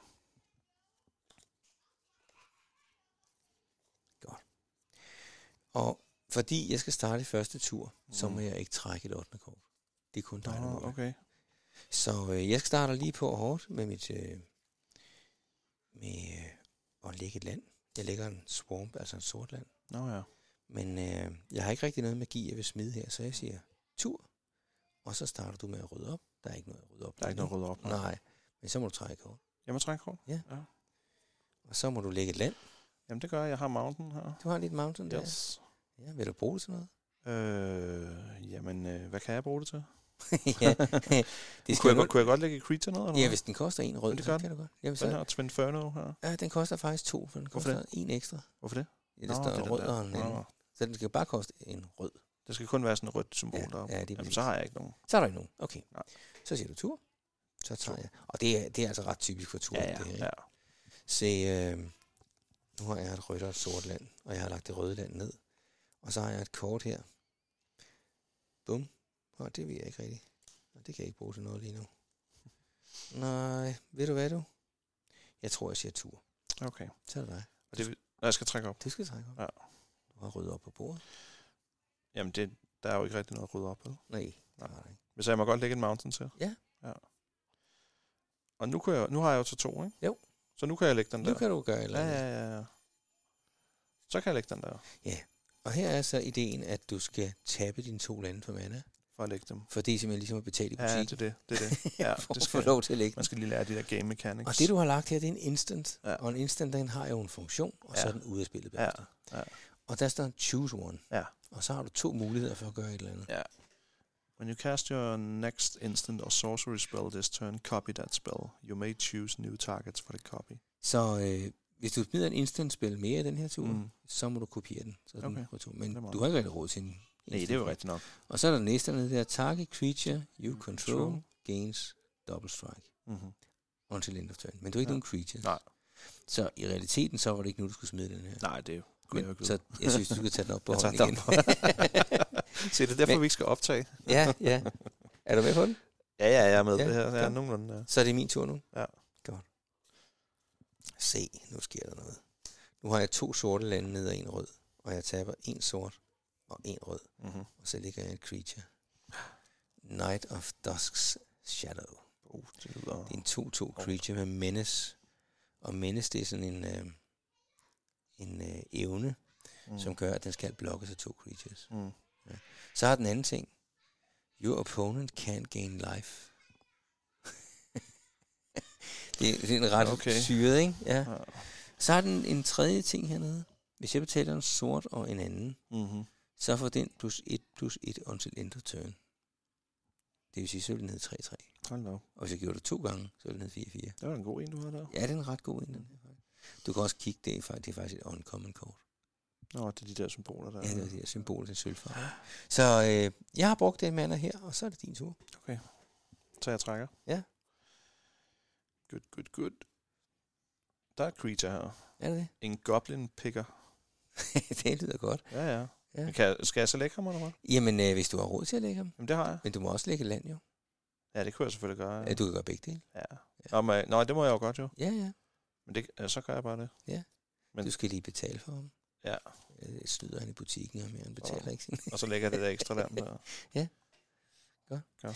S1: Godt. Og fordi jeg skal starte i første tur, så må jeg ikke trække et 8. kort. Det er kun dig, der må.
S2: Okay.
S1: Så jeg starter lige på hårdt med mit at lægge et land. Jeg lægger en swamp, altså en sort land.
S2: Ja.
S1: Men jeg har ikke rigtig noget magi, jeg vil smide her, så jeg siger tur. Og så starter du med at rydde op. Der er ikke noget at rydde op.
S2: Der er ikke noget at rydde op.
S1: Nej, men så må du trække kort.
S2: Jeg må trække kort?
S1: Ja. Og så må du lægge et land.
S2: Jamen det gør jeg. Jeg har mountain her.
S1: Du har lidt mountain der?
S2: Yes.
S1: Ja, vil du bruge det til noget?
S2: Hvad kan jeg bruge det til?
S1: Ja.
S2: Kunne jeg godt lægge creature ned? Eller
S1: ja, hvis den koster 1 rød, så kan du godt.
S2: Jamen, den her Twinferno her?
S1: Ja, den koster faktisk 2, for den koster 1 ekstra.
S2: Hvorfor det?
S1: Ja, det står rød og en anden. Så den skal bare koste en rød.
S2: Det skal kun være sådan et rødt symbol deroppe.
S1: Ja,
S2: jamen, så har jeg ikke nogen.
S1: Så er der ikke nogen. Okay. Nej. Så siger du tur. Så tager jeg. Og det er altså ret typisk for tur.
S2: Ja.
S1: Det her, se, nu har jeg et rødt og et sort land, og jeg har lagt det røde land ned. Og så har jeg et kort her. Bum. Og det vil jeg ikke rigtigt. Og det kan jeg ikke bruge til noget lige nu. Nej, ved du hvad du? Jeg tror, jeg siger tur.
S2: Okay.
S1: Så er det dig.
S2: Og det, jeg skal trække op?
S1: Det skal trække op.
S2: Ja.
S1: Du har ryddet op på bordet.
S2: Jamen, der er jo ikke rigtig noget at rydde op, eller?
S1: Nej.
S2: Hvis jeg må godt lægge en mountain til?
S1: Ja.
S2: Og nu har jeg jo til 2, ikke?
S1: Jo.
S2: Så nu kan jeg lægge den der.
S1: Nu kan du gøre et eller andet.
S2: Ja. Så kan jeg lægge den der.
S1: Ja. Og her er så ideen, at du skal tabe dine 2 lande for mana.
S2: For at lægge dem.
S1: For det er simpelthen ligesom at betale i butikken.
S2: Ja, det er det. Ja,
S1: for det skal få lov til at lægge.
S2: Man skal lige lære de der game mechanics.
S1: Og det du har lagt her, det er en instant. Ja. Og en instant, den har jo en funktion, og så er den ude af spillet bagefter. Ja. Og der står choose one.
S2: Ja.
S1: Og så har du 2 muligheder for at gøre et eller andet.
S2: Ja. When you cast your next instant or sorcery spell this turn, copy that spell. You may choose new targets for the copy.
S1: Så hvis du smider en instant-spil mere i den her tur, så må du kopiere den. Så den men du har ikke rigtig råd til en.
S2: Nej, det er jo rigtigt nok.
S1: Og så er der næste nede der, target creature you control gains double strike. Until end of turn. Men du er ikke nogen creature.
S2: Nej.
S1: Så i realiteten, så var det ikke nu, du skulle smide den her.
S2: Nej, det er jo.
S1: Så jeg synes, du skal tage den op på hånden igen.
S2: Se, det er derfor, vi ikke skal optage.
S1: Ja. Er du med på den?
S2: Ja, jeg er med det her. Jeg er nogenlunde, ja.
S1: Så er det min tur nu?
S2: Ja.
S1: Godt. Se, nu sker der noget. Nu har jeg 2 sorte lande ned og 1 rød. Og jeg taber 1 sort og 1 rød. Og så ligger jeg et creature. Night of Dusk's Shadow.
S2: Det
S1: er en 2/2 creature med menace. Og menace, det er sådan en evne, som gør, at den skal blokkes af 2 creatures. Ja. Så har den anden ting. Your opponent can't gain life. det er en ret syret, ikke? Ja. Så har den en tredje ting hernede. Hvis jeg betaler en sort og en anden, så får den +1/+1 until end of turn. Det vil sige, så vil den hedde 3/3.
S2: Hold da.
S1: Og hvis jeg gjorde det 2 gange, så vil den hedde 4/4.
S2: Det var en god en, du havde der.
S1: Ja, det er en ret god en. Du kan også kigge, det er faktisk et uncommon kort.
S2: Nå, det er de der symboler der.
S1: Ja, det er de der symboler til sølvfarve. Så jeg har brugt den mander her, og så er det din tur.
S2: Okay. Så jeg trækker.
S1: Ja.
S2: Good. Der er et creature her.
S1: Er det?
S2: En goblin picker.
S1: Det lyder godt.
S2: Ja. Skal jeg så lægge ham, eller hvad?
S1: Jamen, hvis du har råd til at lægge ham.
S2: Jamen, det har jeg.
S1: Men du må også lægge land, jo.
S2: Ja, det kunne jeg selvfølgelig gøre.
S1: Ja, du kan gøre begge dele.
S2: Ja. Nå, det må jeg jo godt, jo.
S1: Ja.
S2: Men så gør jeg bare det.
S1: Ja. Men du skal lige betale for ham.
S2: Ja.
S1: Jeg snyder han i butikken, og han betaler ikke sin.
S2: Og så lægger jeg det der ekstra land der.
S1: Ja. Godt.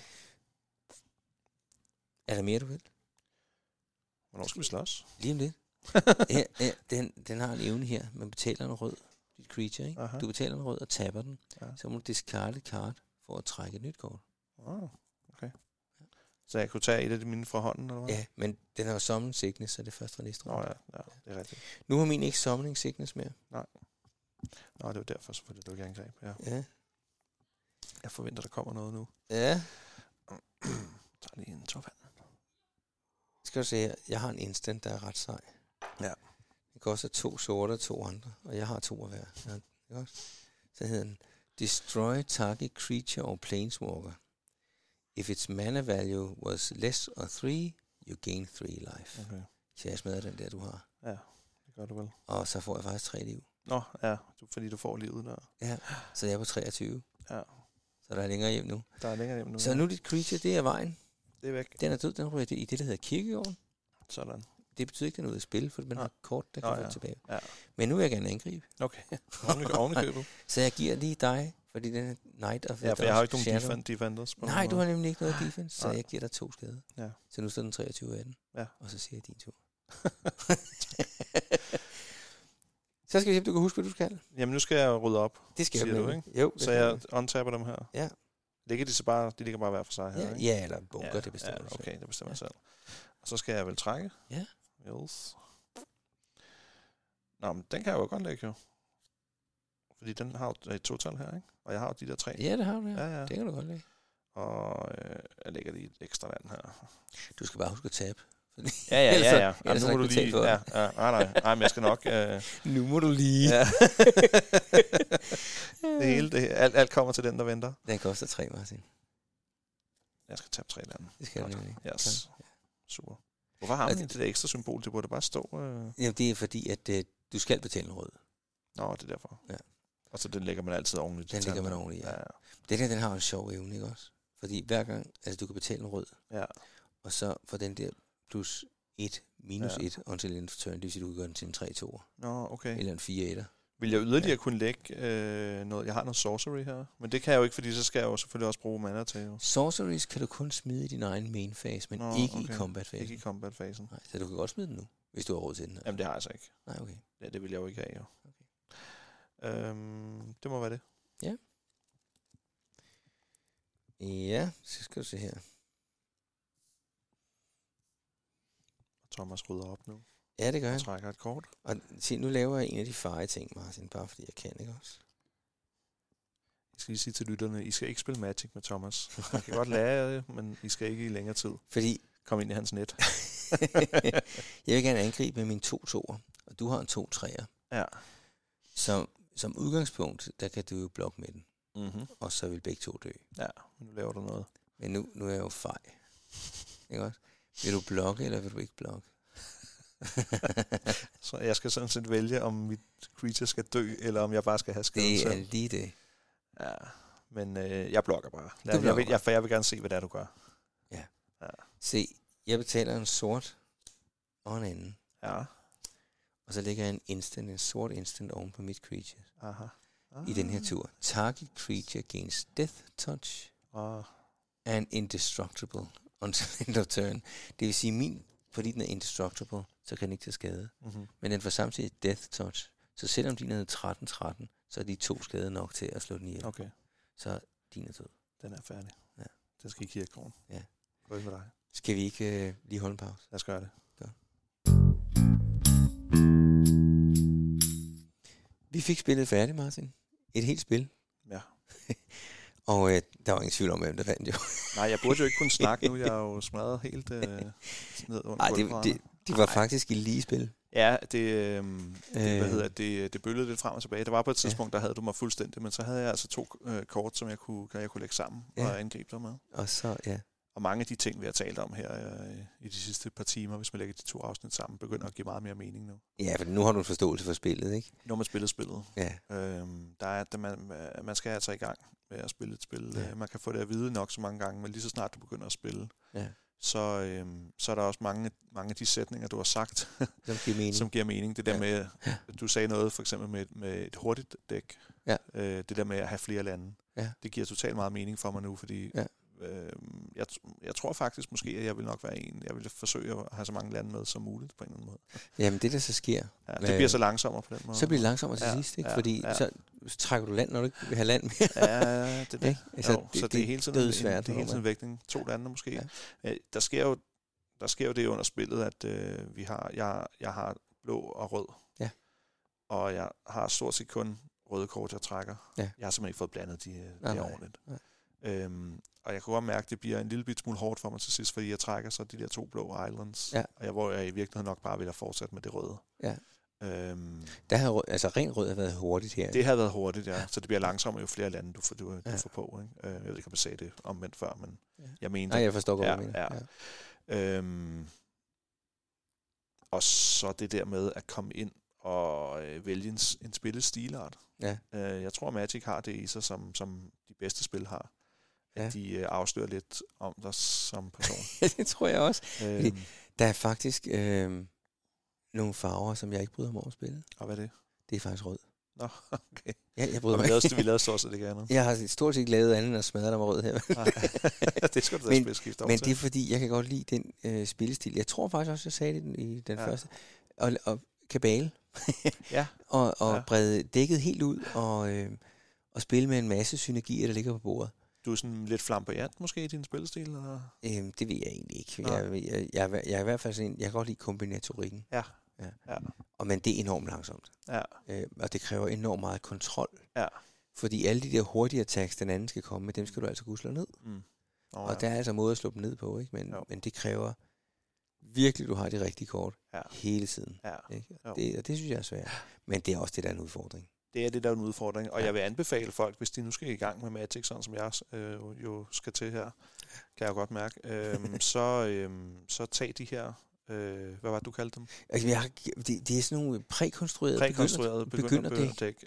S1: Er der mere, du vil?
S2: Hvornår skal vi slås?
S1: Lige om lidt. Den har en evne her. Man betaler en rød. Dit creature, ikke? Aha. Du betaler en rød og tapper den. Ja. Så må du discarde et card for at trække et nyt kort.
S2: Okay. Så jeg kunne tage et af de mine fra hånden, eller hvad?
S1: Ja, men den har jo summon sickness, så det er først fra næste runde.
S2: Ja, det er rigtigt.
S1: Nu har min ikke summoning sickness mere.
S2: Nej. Nå, det var derfor selvfølgelig, det var ikke angreb.
S1: Ja.
S2: Jeg forventer, der kommer noget nu.
S1: Ja.
S2: Så lige en topvand.
S1: Skal du se her, jeg har en instant, der er ret sej.
S2: Ja.
S1: Det koster 2 sorte og 2 andre, og jeg har 2 af hver. Ja, så hedder den Destroy target creature or planeswalker. If its mana value was less or 3, you gain 3 life. Okay. Så jeg smadrer den der, du har.
S2: Ja, det gør du vel.
S1: Og så får jeg faktisk 3 liv.
S2: Nå, ja, fordi du får livet der.
S1: Ja, så jeg er på 23.
S2: Ja.
S1: Så der er længere hjem nu. Så
S2: ja.
S1: Nu dit creature, det er vejen.
S2: Det er væk.
S1: Den er død, den ryger i det, der hedder kirkegården.
S2: Sådan.
S1: Det betyder ikke, at den er ude at spille, for man har kort, der kan få tilbage.
S2: Ja.
S1: Men nu vil jeg gerne angribe.
S2: Okay, ovenikøbet.
S1: Så jeg giver lige dig, fordi den er Knight of the
S2: Ja, for jeg har ikke nogen defenders.
S1: Nej, du har nemlig ikke noget defense, så jeg giver dig 2 skade.
S2: Ja.
S1: Så nu står den 23 af den.
S2: Ja.
S1: Og så siger jeg din tur. Så skal vi se, om du kan huske, hvad du skal.
S2: Jamen, nu skal jeg rydde op.
S1: Det skal
S2: du, ikke?
S1: Jo.
S2: Så jeg untapper dem her.
S1: Ja.
S2: De ligger bare hver for sig her, ikke?
S1: Ja, eller bunker, det bestemmer du.
S2: Okay, det bestemmer jeg selv. Og så skal jeg vel trække.
S1: Ja.
S2: Yes. Nå, men den kan jeg jo godt lægge, jo. Fordi den har jo et total her, ikke? Og jeg har jo de der 3.
S1: Ja, det har du, ja. Det kan du godt lægge.
S2: Og jeg lægger lige et ekstra vand her.
S1: Du skal bare huske at tabe.
S2: Ja. Jamen, nu må du lige... Nej, men jeg skal nok...
S1: Nu må du lige...
S2: Ja. Alt kommer til den, der venter.
S1: Den koster 3, Martin.
S2: Jeg skal tabe 3 lande.
S1: Det skal du nemlig.
S2: Yes. Ja. Super. Hvorfor har man det der ekstra symbol? Det burde bare stå...
S1: Jamen, det er fordi, at du skal betale en rød.
S2: Nå, det er derfor.
S1: Ja.
S2: Og så den lægger man altid oveni.
S1: Den lægger man oveni, ja. Den har en sjov evne, ikke også? Fordi hver gang... Altså, du kan betale en rød.
S2: Ja.
S1: Og så for den der plus 1, minus 1, until end for turn, det vil sige, du kan gøre den til en 3-2'er.
S2: Nå, okay.
S1: Eller en 4-1'er.
S2: Vil jeg yderligere kunne lægge noget... Jeg har noget sorcery her, men det kan jeg jo ikke, fordi så skal jeg jo selvfølgelig også bruge mana til. Jo.
S1: Sorceries kan du kun smide i din egen main phase, men ikke i combat-fasen.
S2: Ikke i combat-fasen.
S1: Nej, så du kan godt smide den nu, hvis du har råd til den.
S2: Jamen, det har jeg så ikke.
S1: Nej, okay.
S2: Ja, det vil jeg jo ikke have, jo. Okay. Det må være det.
S1: Ja. Ja, så skal du se her.
S2: Thomas rydder op nu.
S1: Ja, det gør jeg.
S2: Og trækker et kort.
S1: Og se, nu laver jeg en af de feje ting, Martin, bare fordi jeg kan, ikke også?
S2: Jeg skal lige sige til lytterne, I skal ikke spille Magic med Thomas. I kan godt lære det, men I skal ikke i længere tid.
S1: Fordi...
S2: Kom ind i hans net.
S1: Jeg vil gerne angribe med mine 2 toer, og du har en 2 træer.
S2: Ja.
S1: Som udgangspunkt, der kan du jo blokke med den.
S2: Mm-hmm.
S1: Og så vil begge 2 dø.
S2: Ja, nu laver du noget.
S1: Men nu er jeg jo fej. Ikke også? Vil du blokke, eller vil du ikke blokke?
S2: Så jeg skal sådan set vælge, om mit creature skal dø, eller om jeg bare skal have skade.
S1: Det er lige det.
S2: Ja, men jeg blokker bare. Jeg vil gerne se, hvad det er, du gør.
S1: Ja. Se, jeg betaler en sort og en anden.
S2: Ja.
S1: Og så lægger jeg en sort instant oven på mit creature.
S2: Aha.
S1: I den her tur. Target creature gains death touch and indestructible until end of turn. Det vil sige, fordi den er indestructible, så kan den ikke tage skade. Mm-hmm. Men den får samtidig death touch. Så selvom din er 13-13, så er de 2 skade nok til at slå den ihjel.
S2: Okay.
S1: Så din er død.
S2: Den er færdig.
S1: Ja.
S2: Den skal i kirkegården.
S1: Ja.
S2: Hvad med dig?
S1: Skal vi ikke lige holde en pause?
S2: Lad os gøre det.
S1: Godt. Vi fik spillet færdigt, Martin. Et helt spil.
S2: Ja.
S1: Og der var ingen tvivl om, hvem der vandt jo.
S2: Nej, jeg burde jo ikke kunne snakke nu. Jeg er jo smadret helt ned under gulvbrædderne.
S1: Det var faktisk et lige spil.
S2: Ja, det bølgede lidt frem og tilbage. Det var på et tidspunkt, der havde du mig fuldstændig, men så havde jeg altså 2 kort, som jeg kunne lægge sammen og angribe dig med.
S1: Og så, ja.
S2: Og mange af de ting, vi har talt om her i de sidste par timer, hvis man lægger de 2 afsnit sammen, begynder at give meget mere mening nu.
S1: Ja, for nu har du en forståelse for spillet, ikke?
S2: Nu har man spillet spillet.
S1: Ja.
S2: Man skal altså i gang med at spille et spil. Ja. Man kan få det at vide nok så mange gange, men lige så snart du begynder at spille, så er der også mange af de sætninger, du har sagt, som giver mening. Det der med, du sagde noget for eksempel med et hurtigt dæk. Ja. Det der med at have flere lande. Ja. Det giver totalt meget mening for mig nu, fordi jeg tror faktisk måske, at jeg vil nok være jeg vil forsøge at have så mange lande med som muligt på en eller anden måde.
S1: Jamen det der så sker.
S2: Ja, det bliver så langsommere på den måde.
S1: Så bliver det langsommere til sidst, ikke? Fordi så så trækker du land, når du ikke vil have land mere.
S2: Ja, det er det.
S1: Altså,
S2: jo, så det er hele tiden
S1: svært,
S2: det er hele tiden vægtning. 2 lande måske. Ja. Der sker jo det under spillet, at jeg har blå og rød.
S1: Ja.
S2: Og jeg har stort set kun røde kort, jeg trækker. Ja. Jeg har simpelthen ikke fået blandet de ordentligt. Og jeg kunne godt mærke, at det bliver en lille bit smule hårdt for mig til sidst, fordi jeg trækker så de der 2 blå Islands. Ja. Og hvor jeg i virkeligheden nok bare ville have fortsat med det røde. Ja.
S1: Der har ren rød har været hurtigt her.
S2: Det har været hurtigt, ja. Så det bliver langsommere, jo flere lande du får på. Ikke? Jeg ved ikke, om jeg sagde det omvendt før, men jeg mener...
S1: Nej, jeg forstår godt, hvad du mener.
S2: Ja. Og så det der med at komme ind og vælge en spillestilart. Ja. Jeg tror, Magic har det i sig, som de bedste spil har. At de afslører lidt om dig som person.
S1: Det tror jeg også. Der er faktisk nogle farver, som jeg ikke bryder mig om at spille.
S2: Og hvad er det?
S1: Det er faktisk rød.
S2: Nå, okay.
S1: Ja, jeg bryder mig ikke.
S2: Vi lavede stort set ikke andet.
S1: Jeg har stort set lavet andet end at smadre dig med rød her.
S2: Det skal du da spilskifte over
S1: til. Men det er fordi, jeg kan godt lide den spillestil. Jeg tror faktisk også, jeg sagde det i den første. Og kabale. og brede dækket helt ud og spille med en masse synergier, der ligger på bordet.
S2: Du er sådan lidt flamboyant måske i din spillestil? Eller?
S1: Det ved jeg egentlig ikke. Jeg er i hvert fald sådan en, jeg kan godt lide kombinatorikken. Ja. Men det er enormt langsomt. Ja. Og det kræver enormt meget kontrol. Ja. Fordi alle de der hurtige attacks, den anden skal komme med, dem skal du altså kunne slå ned. Og der er altså måde at slå dem ned på, ikke? Men det kræver virkelig, du har de rigtige kort hele tiden. Ja. Ikke? Og det synes jeg er svært. Men det er også det, der er en udfordring.
S2: Det er det, der er en udfordring. Og jeg vil anbefale folk, hvis de nu skal i gang med Magic, sådan som jeg jo skal til her, kan jeg godt mærke, så tag de her, hvad var det, du kaldte dem?
S1: Altså, det er sådan nogle prækonstruerede
S2: begynderdæk,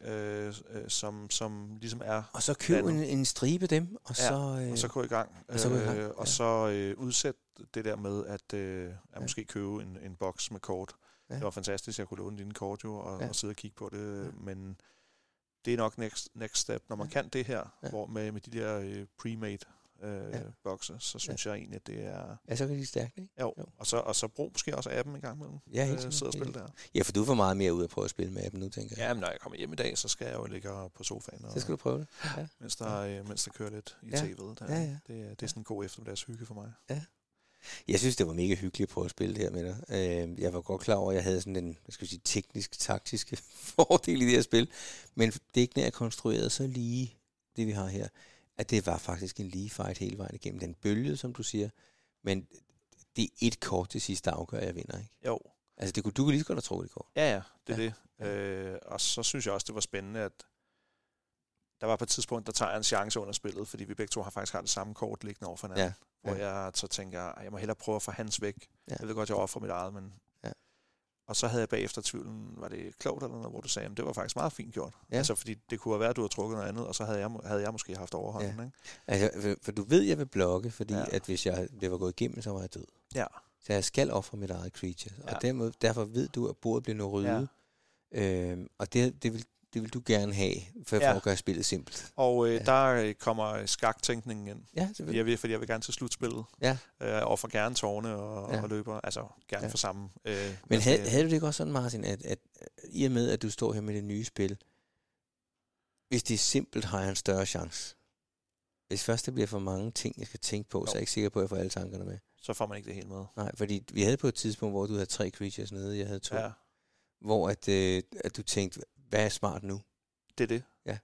S2: som ligesom er...
S1: Og så køb en stribe dem, og
S2: så gå i gang. Og så udsæt det der med at måske købe en boks med kort. Ja. Det var fantastisk, jeg kunne låne dine kort jo, og sidde og kigge på det, men det er nok next step. Når man kan det her, hvor med de der pre-made bokse, så synes jeg egentlig, at det er...
S1: Ja, så kan de stærkt, ikke?
S2: Jo. Og så brug måske også appen en gang imellem.
S1: Ja, helt
S2: sidde og spille der.
S1: Ja, for du får meget mere ud at prøve at spille med appen nu, tænker jeg.
S2: Ja, men når jeg kommer hjem i dag, så skal jeg jo ligge på sofaen.
S1: Så skal du prøve det.
S2: Ja. Mens der kører lidt i tv'et. Det er sådan en god eftermiddags hygge for mig. Ja.
S1: Jeg synes, det var mega hyggeligt at prøve at spille det her med dig. Jeg var godt klar over, at jeg havde sådan en teknisk-taktiske fordel i det her spil. Men dækkene er konstrueret så lige, det vi har her, at det var faktisk en lige fight hele vejen igennem. Den bølge, som du siger, men det er et kort til sidst, der afgør, at jeg vinder, ikke?
S2: Jo.
S1: Altså, du kunne lige så godt have trukket det kort.
S2: Ja, det er det. Og så synes jeg også, det var spændende, at der var på et tidspunkt, der tager jeg en chance under spillet, fordi vi begge to faktisk har det samme kort liggende over for hinanden. Ja. Hvor jeg så tænker, at jeg må hellere prøve at få hans væk. Ja. Jeg ved godt, jeg offrer mit eget, men... Ja. Og så havde jeg bagefter tvivlen, var det klogt eller noget, hvor du sagde, at det var faktisk meget fint gjort. Ja. Altså, fordi det kunne have været, at du havde trukket noget andet, og så havde jeg måske haft overhånden. Ja. Ikke?
S1: Altså, for du ved, jeg vil blokke, fordi at hvis det var gået igennem, så var jeg død. Ja. Så jeg skal ofre mit eget creature. Og derfor ved du, at bordet bliver noget røde. Ja. Og det vil du gerne have, for at gøre spillet simpelt.
S2: Og der kommer skaktænkningen ind. Ja, selvfølgelig. Fordi jeg vil gerne til slutspillet. Ja. Og for gerne tårne og løber. Altså gerne for samme.
S1: Men havde du det ikke også sådan, Martin, at i og med, at du står her med det nye spil, hvis det er simpelt, har jeg en større chance? Hvis først det bliver for mange ting, jeg skal tænke på, så er jeg ikke sikker på, at jeg får alle tankerne med.
S2: Så får man ikke det hele med.
S1: Nej, fordi vi havde på et tidspunkt, hvor du havde 3 creatures nede, jeg havde 2. Ja. Hvor at du tænkte, hvad er smart nu?
S2: Det er det.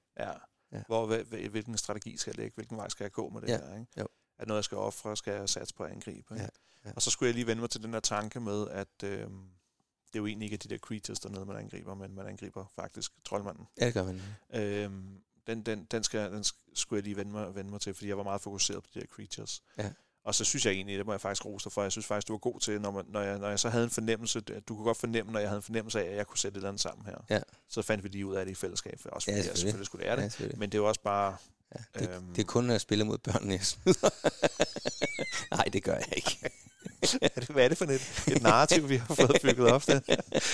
S2: Ja. Hvilken strategi skal jeg lægge? Hvilken vej skal jeg gå med det her? Ikke? Jo. At noget, jeg skal ofre, skal jeg satse på at angribe. Ikke? Ja. Og så skulle jeg lige vende mig til den der tanke med, at det er jo egentlig ikke de der creatures dernede, man angriber, men man angriber faktisk troldmanden.
S1: Ja, det gør man.
S2: Den skulle jeg lige vende mig til, fordi jeg var meget fokuseret på de der creatures. Ja. Og så synes jeg egentlig, det må jeg faktisk rose dig for, jeg synes faktisk, du var god til, når jeg så havde en fornemmelse, du kunne godt fornemme, når jeg havde en fornemmelse af, at jeg kunne sætte et eller andet sammen her. Ja. Så fandt vi lige ud af det i fællesskab, også fordi jeg selvfølgelig skulle lære det. Ja, men det er jo også bare...
S1: Ja, det er kun, når jeg spiller mod børnene, jeg smider. Nej, det gør jeg ikke.
S2: Hvad er det for et narrativ, vi har fået bygget op der?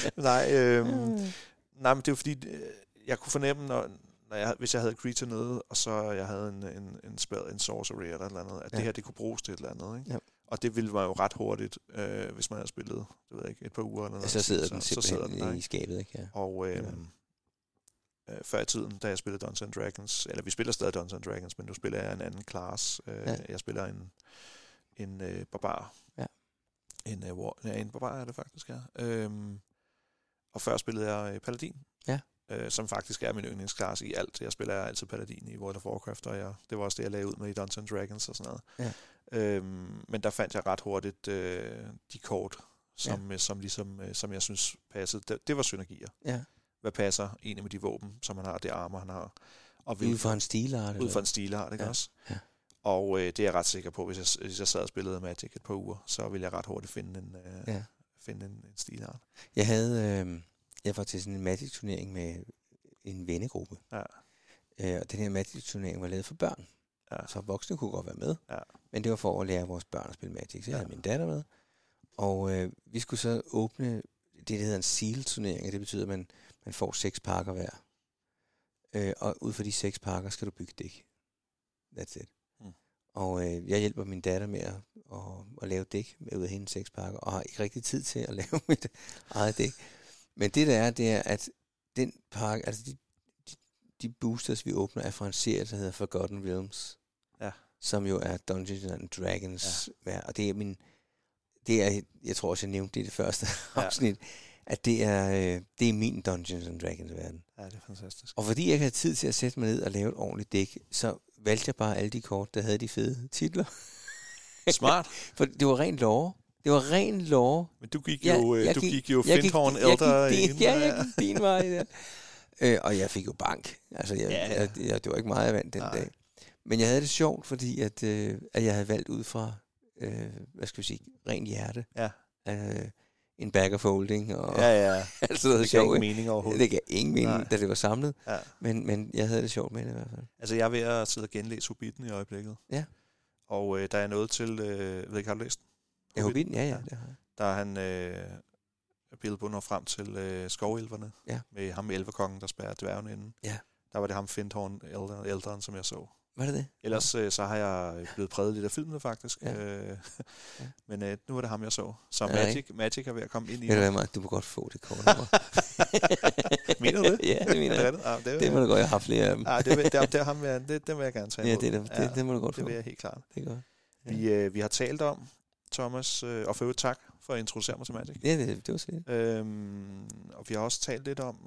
S2: Nej, men det er jo fordi, jeg kunne fornemme, hvis jeg havde creature nede, og så jeg havde en sorcery eller et eller andet, at det her, det kunne bruges til et eller andet, ikke? Ja. Og det ville være jo ret hurtigt, hvis man havde spillet, det ved jeg ikke, et par uger eller noget.
S1: Så sidder den simpelthen i skabet, ikke? Ja.
S2: Og før i tiden, da jeg spillede Dungeons & Dragons, eller vi spiller stadig Dungeons & Dragons, men nu spiller jeg en anden class. Jeg spiller en barbar.
S1: Ja.
S2: En barbar er det faktisk, ja. Og før spillede jeg paladin.
S1: Ja.
S2: Som faktisk er min yndlingsklasse i alt. Jeg spiller altid paladin i World of Warcraft, og det var også det, jeg lagde ud med i Dungeons & Dragons og sådan noget.
S1: Ja.
S2: Men der fandt jeg ret hurtigt de kort, som jeg synes passede. Det var synergier.
S1: Ja.
S2: Hvad passer egentlig med de våben, som han har, det armor, han har. Og
S1: ud fra en stilart.
S2: Ud fra en stilart, ikke også?
S1: Ja.
S2: Og det er jeg ret sikker på, hvis jeg sad og spillede Magic et par uger, så ville jeg ret hurtigt finde en stilart.
S1: Jeg var til sådan en Magic-turnering med en vennegruppe.
S2: Ja.
S1: Og den her Magic-turnering var lavet for børn.
S2: Ja.
S1: Så voksne kunne godt være med.
S2: Ja.
S1: Men det var for at lære vores børn at spille Magic. Så jeg havde min datter med. Og vi skulle så åbne det, der hedder en seal-turnering. Og det betyder, at man får 6 pakker hver. Og ud fra de 6 pakker skal du bygge dæk. That's it. Og jeg hjælper min datter med at lave dæk ud af hendes 6 pakker. Og har ikke rigtig tid til at lave mit eget dæk. Men det er, at den pakke, altså de boosters, vi åbner, er fra en serie, der hedder Forgotten Realms.
S2: Ja.
S1: Som jo er Dungeons & Dragons. Ja. Og det er jeg tror også, jeg nævnte det i det første afsnit, at det er min Dungeons & Dragons verden.
S2: Ja, det er fantastisk.
S1: Og fordi jeg ikke havde tid til at sætte mig ned og lave et ordentligt dæk, så valgte jeg bare alle de kort, der havde de fede titler.
S2: Smart.
S1: For det var rent lore. Det var ren lore.
S2: Men du gik jo Findhorn Elder ind.
S1: Jeg gik din vej der. Og jeg fik jo bank. Altså, det var ikke meget, jeg vandt den dag. Men jeg havde det sjovt, fordi at jeg havde valgt ud fra, hvad skal vi sige, ren hjerte.
S2: Ja.
S1: En bag of holding. Og
S2: altså noget
S1: sjovt.
S2: Det gav ingen mening overhovedet.
S1: Det gav ingen mening, da det var samlet.
S2: Ja.
S1: Men jeg havde det sjovt med det i hvert fald.
S2: Altså, jeg er ved at sidde og genlæse Hobbiten i øjeblikket.
S1: Ja.
S2: Og der er noget til, ved ikke, har du læst den?
S1: Ja, Hobbiten, ja, det har jeg.
S2: Der er han, Bilbo når frem til skovelverne, med ham elverkongen, der spærrer dværgen inden.
S1: Ja.
S2: Der var det ham Findhorn Elderen, som jeg så.
S1: Var det det?
S2: Ellers så har jeg blevet præget lidt af filmen faktisk.
S1: Ja.
S2: Men nu er det ham, jeg så. Så Magic er ved at komme ind i.
S1: Ved du hvad, Mark? Du må godt få det kort.
S2: Mener du det?
S1: Ja, det mener jeg. Det må du godt, jeg har flere af dem.
S2: Det vil jeg gerne tage imod.
S1: Det må du godt få.
S2: Det vil jeg helt klart.
S1: Det er godt.
S2: Vi har talt om, Thomas, og for øvrigt tak for at introducere mig til Magic.
S1: Ja, det var så
S2: og vi har også talt lidt om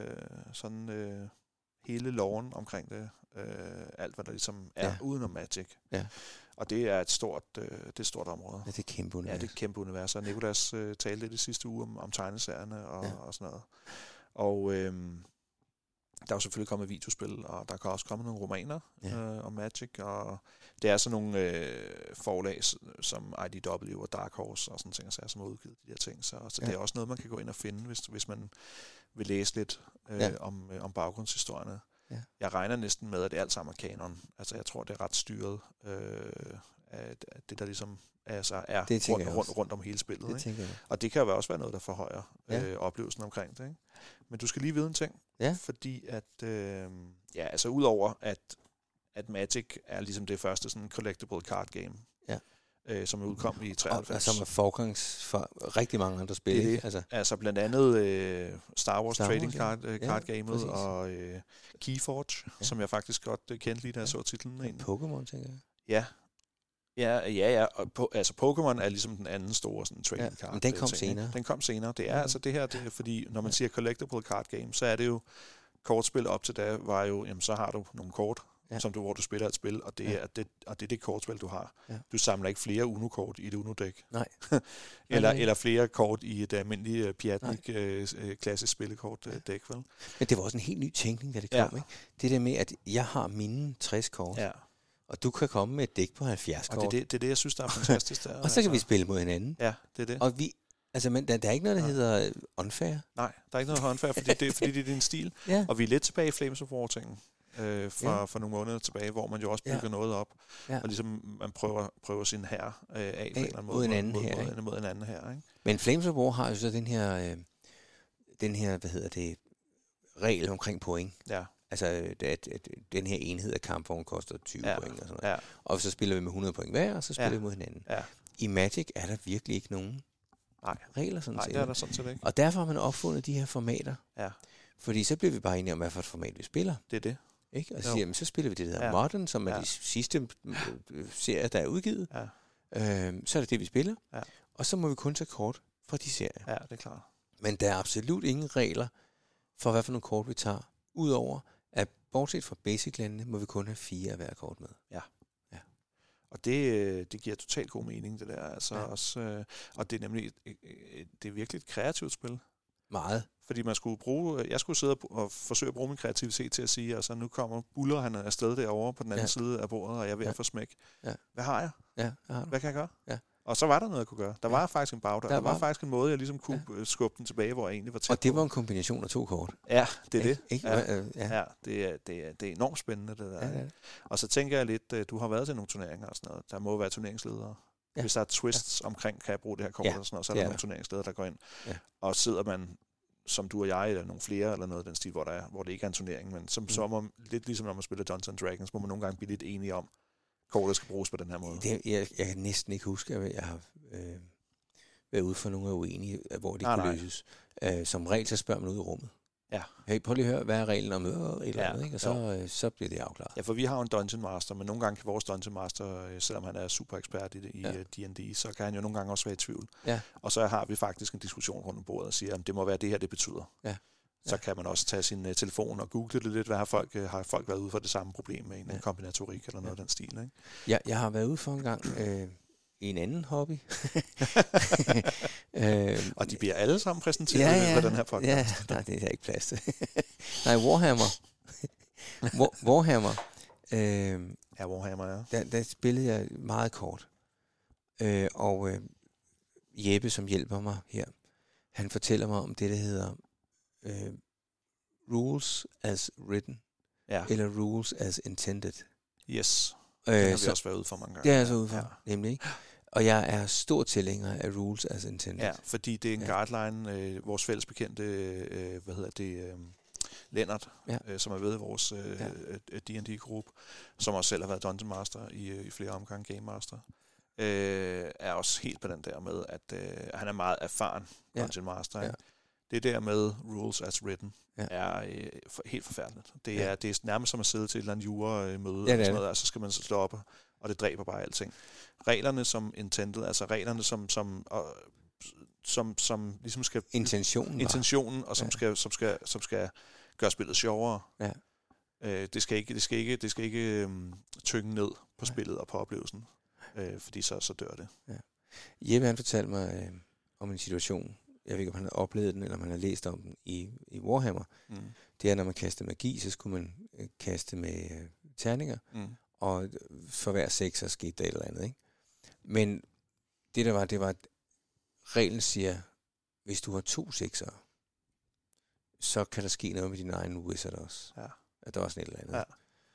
S2: hele loven omkring det. Alt, hvad der ligesom er udenom Magic. Ja. Og det er et stort område.
S1: Ja, det er et kæmpe univers.
S2: Ja, det er et kæmpe univers. Og Nicolas talte lidt i sidste uge om tegneserierne og sådan noget. Og der er jo selvfølgelig kommet videospil, og der kan også komme nogle romaner om Magic, og det er sådan nogle forlag som IDW og Dark Horse og sådan ting, som har udgivet de her ting. Så det er også noget, man kan gå ind og finde, hvis man vil læse lidt om baggrundshistorierne. Ja. Jeg regner næsten med, at det alt sammen er kanon. Altså, jeg tror, det er ret styret, at det, der ligesom er rundt om hele spillet. Det ikke? Og det kan jo også være noget, der forhøjer oplevelsen omkring det. Ikke? Men du skal lige vide en ting.
S1: Ja.
S2: Fordi at, udover at Magic er ligesom det første sådan collectible card game, som er udkommet i 93.
S1: Og som er forgangs for rigtig mange andre spil.
S2: Det. Altså blandt andet Star Wars Trading Card Gamet og Keyforge, som jeg faktisk godt kendte lige, da jeg så titlen.
S1: Pokémon, tænker jeg.
S2: Ja. Ja. Og altså Pokémon er ligesom den anden store sådan trading card.
S1: Men den kom senere.
S2: Den kom senere. Det er altså det her, det er, fordi når man siger collectible card game, så er det jo kortspil op til da var jo, jamen så har du nogle kort, hvor du spiller et spil, og det er det kortspil, du har. Ja. Du samler ikke flere Uno-kort i et Uno-dæk.
S1: Nej.
S2: eller flere kort i et almindeligt klassisk spillekort-dæk, vel?
S1: Men det var også en helt ny tænkning, da det kom, ikke? Det der med, at jeg har mine 60 kort, og du kan komme med et dæk på 70 kort.
S2: Og det er det, jeg synes, der er fantastisk. Der,
S1: og så kan vi spille mod hinanden.
S2: Ja, det er det.
S1: Og men der er ikke noget, der hedder unfair.
S2: Nej, der er ikke noget, der hedder unfair, fordi det er din stil. Ja. Og vi er lidt tilbage i Flames of War-tingen. For nogle måneder tilbage, hvor man jo også bygger noget op, og ligesom man prøver sin hær af på en eller anden måde mod en anden hær. Ikke?
S1: Men Flames of War har jo så den her, regel omkring point.
S2: Ja.
S1: Altså, at den her enhed af kampvogn koster 20 point og sådan noget. Ja. Og så spiller vi med 100 point hver, og så spiller vi mod hinanden. Ja. I Magic er der virkelig ikke nogen regler sådan set.
S2: Nej, det er der sådan set ikke.
S1: Og derfor har man opfundet de her formater.
S2: Ja.
S1: Fordi så bliver vi bare enige om, hvad for et format vi spiller.
S2: Det er det.
S1: Ikke? Og så siger, jamen, så spiller vi det, der hedder Modern, som er de sidste serier, der er udgivet. Ja. Så er det det, vi spiller. Ja. Og så må vi kun tage kort fra de serier.
S2: Ja, det er klart.
S1: Men der er absolut ingen regler for, hvad for nogle kort vi tager. Udover, at bortset fra basic-landene, må vi kun have 4 af hver kort med.
S2: Ja. Og det giver totalt god mening, det der. Altså også, og det er nemlig det er virkelig et kreativt spil.
S1: Meget.
S2: Fordi jeg skulle sidde og forsøge at bruge min kreativitet til at sige, altså nu kommer Buller, han er afsted derovre på den anden side af bordet, og jeg er ved at få smæk. Ja. Hvad har jeg?
S1: Ja,
S2: hvad kan jeg gøre?
S1: Ja.
S2: Og så var der noget, jeg kunne gøre. Der var faktisk en bagdør. Der var faktisk en måde, jeg ligesom kunne skubbe den tilbage, hvor jeg egentlig var tæt.
S1: Og det var en kombination af 2 kort.
S2: Ja, det er det.
S1: Ikke?
S2: Ja, det er enormt spændende, det der. Ja. Og så tænker jeg lidt, du har været til nogle turneringer og sådan noget. Der må være turneringsledere. Ja. Hvis der er twists omkring, kan jeg bruge det her kort og sådan noget, så er der nogle turneringsledere, der går ind. Ja. Og sidder man, som du og jeg, eller nogle flere, eller noget af den stil, hvor det ikke er en turnering, men så må, lidt ligesom når man spiller Dungeons & Dragons, må man nogle gange blive lidt enige om, kortet skal bruges på den her måde.
S1: Jeg kan næsten ikke huske, at jeg har været ude for nogle af uenige, hvor det kunne løses. Som regel, så spørger man ud i rummet. Ja. Hey, prøv lige at høre, hvad er reglen om et eller andet, ikke? Og så bliver det afklaret.
S2: Ja, for vi har jo en Dungeon Master, men nogle gange kan vores Dungeon Master, selvom han er super ekspert i D&D, så kan han jo nogle gange også være i tvivl. Ja. Og så har vi faktisk en diskussion rundt om bordet og siger, at det må være det her, det betyder. Ja. Så kan man også tage sin telefon og google det lidt, hvad har folk været ude for det samme problem med en kombinatorik eller noget af den stil, ikke?
S1: Ja, jeg har været ude for en gang i en anden hobby.
S2: Og de bliver alle sammen præsenteret på den her podcast.
S1: Ja, nej, det er ikke plads til. Nej, Warhammer. Warhammer.
S2: Warhammer, ja.
S1: Der spillede jeg meget kort. Og Jeppe, som hjælper mig her, han fortæller mig om det, der hedder rules as written, eller rules as intended.
S2: Yes. Det har vi også været ude for mange gange.
S1: Det er jeg så ude for, nemlig. Ikke? Og jeg er stor tilhænger af rules as intended.
S2: Ja, fordi det er en guideline, vores fælles bekendte, Lennart, som er ved i vores D&D-gruppe, som også selv har været Dungeon Master i flere omgange, Game Master, er også helt på den der med, at han er meget erfaren Dungeon Master. Ja. Det der med rules as written er helt forfærdeligt. Det er nærmest som at sidde til et eller andet jura-møde, og sådan noget, og så skal man så slå op, og det dræber bare alting. Reglerne som intended, altså reglerne som ligesom skal... Intentionen, og som skal gøre spillet sjovere. Ja. Det skal ikke tynge ned på spillet og på oplevelsen, fordi så dør det. Ja.
S1: Jeppe, han fortalte mig om en situation. Jeg ved ikke, om han har oplevet den, eller om han har læst om den i Warhammer. Mm. Det er, når man kaster magi, så skulle man kaste med terninger, og for hver 6 så skete der et eller andet, ikke? Men det var, at reglen siger, hvis du har 2 6'ere, så kan der ske noget med din egen wizard også. Ja. At der er også et eller andet. Ja.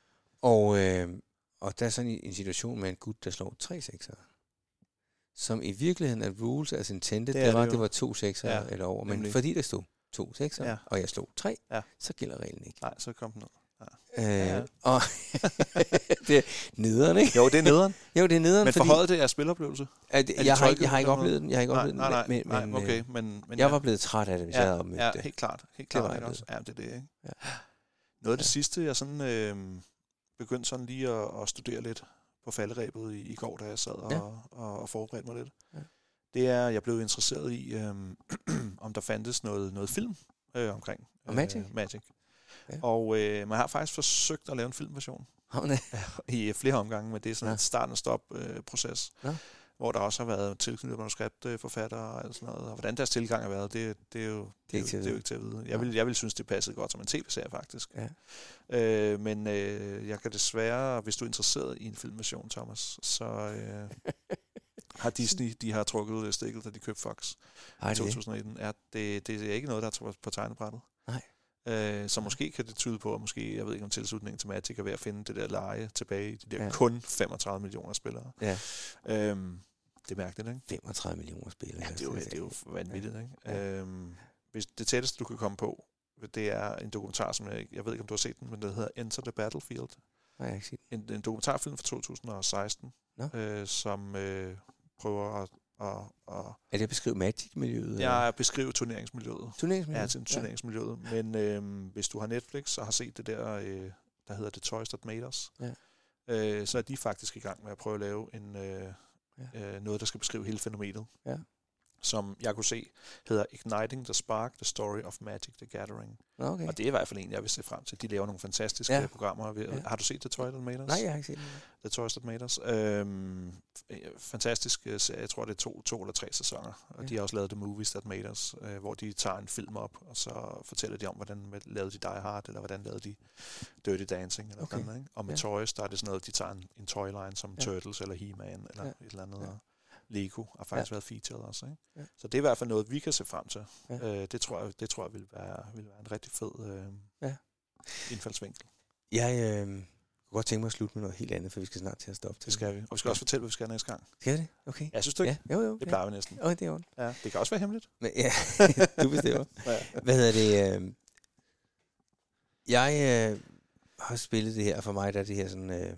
S1: Og der er sådan en situation med en gut, der slår 3 6'ere. Som i virkeligheden er rules as intended, det var 2 6'ere eller over. Men fordi der stod 2 6'ere, og jeg slog 3, så gælder reglen ikke.
S2: Nej, så kom den ned.
S1: Og det er nederen, ikke?
S2: Jo, det er nederen.
S1: Men
S2: forhøjet det er spiloplevelse?
S1: Jeg har ikke oplevet den.
S2: Nej, okay. Men
S1: jeg var blevet træt af det, hvis jeg havde oplevet det.
S2: Ja, helt klart. Helt klart. Det også. Ja, det er det, ikke? Ja. Noget af det sidste, jeg sådan begyndte sådan lige at studere lidt på falderæbet i går, da jeg sad og forberedte mig lidt. Ja. Det er, jeg blev interesseret i, om der fandtes noget film omkring Magic. Ja. Og man har faktisk forsøgt at lave en filmversion i flere omgange, men det er sådan en start- og stop-proces, hvor der også har været tilknyttet manuskriptforfattere og sådan noget. Og hvordan deres tilgang har været, det er jo ikke til at vide. Jeg vil synes, det passede godt som en tv-serie faktisk. Ja. Men jeg kan desværre, hvis du er interesseret i en filmversion, Thomas, så har Disney, de har trukket stikket, da de købte Fox i 2019. Det er ikke noget, der er på tegnebrættet. Nej. Så måske kan det tyde på, at måske, jeg ved ikke om tilslutningen til Magic er ved at finde det der leje tilbage i de der kun 35 millioner spillere. Ja. Det er mærkeligt, ikke?
S1: 35 millioner spillere.
S2: Ja, det er jo vanvittigt, ikke? Ja. Hvis det tætteste, du kan komme på, det er en dokumentar, som jeg ved ikke, om du har set den, men det hedder Enter the Battlefield.
S1: Nej, jeg har ikke set
S2: den. En dokumentarfilm fra 2016, som prøver
S1: Er det at beskrive Magic-miljøet?
S2: Jeg beskriver turneringsmiljøet.
S1: Turneringsmiljøet?
S2: Ja, turneringsmiljøet. Men hvis du har Netflix og har set det der hedder The Toys That Made Us, så er de faktisk i gang med at prøve at lave noget, der skal beskrive hele fænomenet. Ja. Som jeg kunne se, hedder Igniting the Spark, The Story of Magic the Gathering. Okay. Og det er i hvert fald en, jeg vil se frem til. De laver nogle fantastiske programmer. Ja. Har du set The Toys That Made Us?
S1: Nej, jeg har ikke set det.
S2: The Toys That Made Us. Fantastisk serie. Jeg tror, det er 2 eller 3 sæsoner. Og de har også lavet The Movies That Made Us, hvor de tager en film op, og så fortæller de om, hvordan lavede de Die Hard, eller hvordan lavede de Dirty Dancing, eller sådan, ikke? Og med Toys, der er det sådan noget, de tager en toyline som Turtles, eller He-Man, eller et eller andet. Ja. Lego har faktisk været featured også, ikke? Ja. Så det er i hvert fald noget, vi kan se frem til. Ja. Det tror jeg vil være en rigtig fed indfaldsvinkel.
S1: Jeg kunne godt tænke mig at slutte med noget helt andet, for vi skal snart til at stoppe.
S2: Det skal vi. Og vi skal også fortælle, hvad vi skal næste gang.
S1: Skal det? Okay.
S2: Ja, synes du ikke?
S1: Ja. Jo.
S2: Det plejer vi næsten.
S1: Det er ondt.
S2: Ja, det kan også være hemmeligt.
S1: Men, ja, du bestemmer. Hvad hedder det? Jeg har spillet det her, for mig der er det her sådan...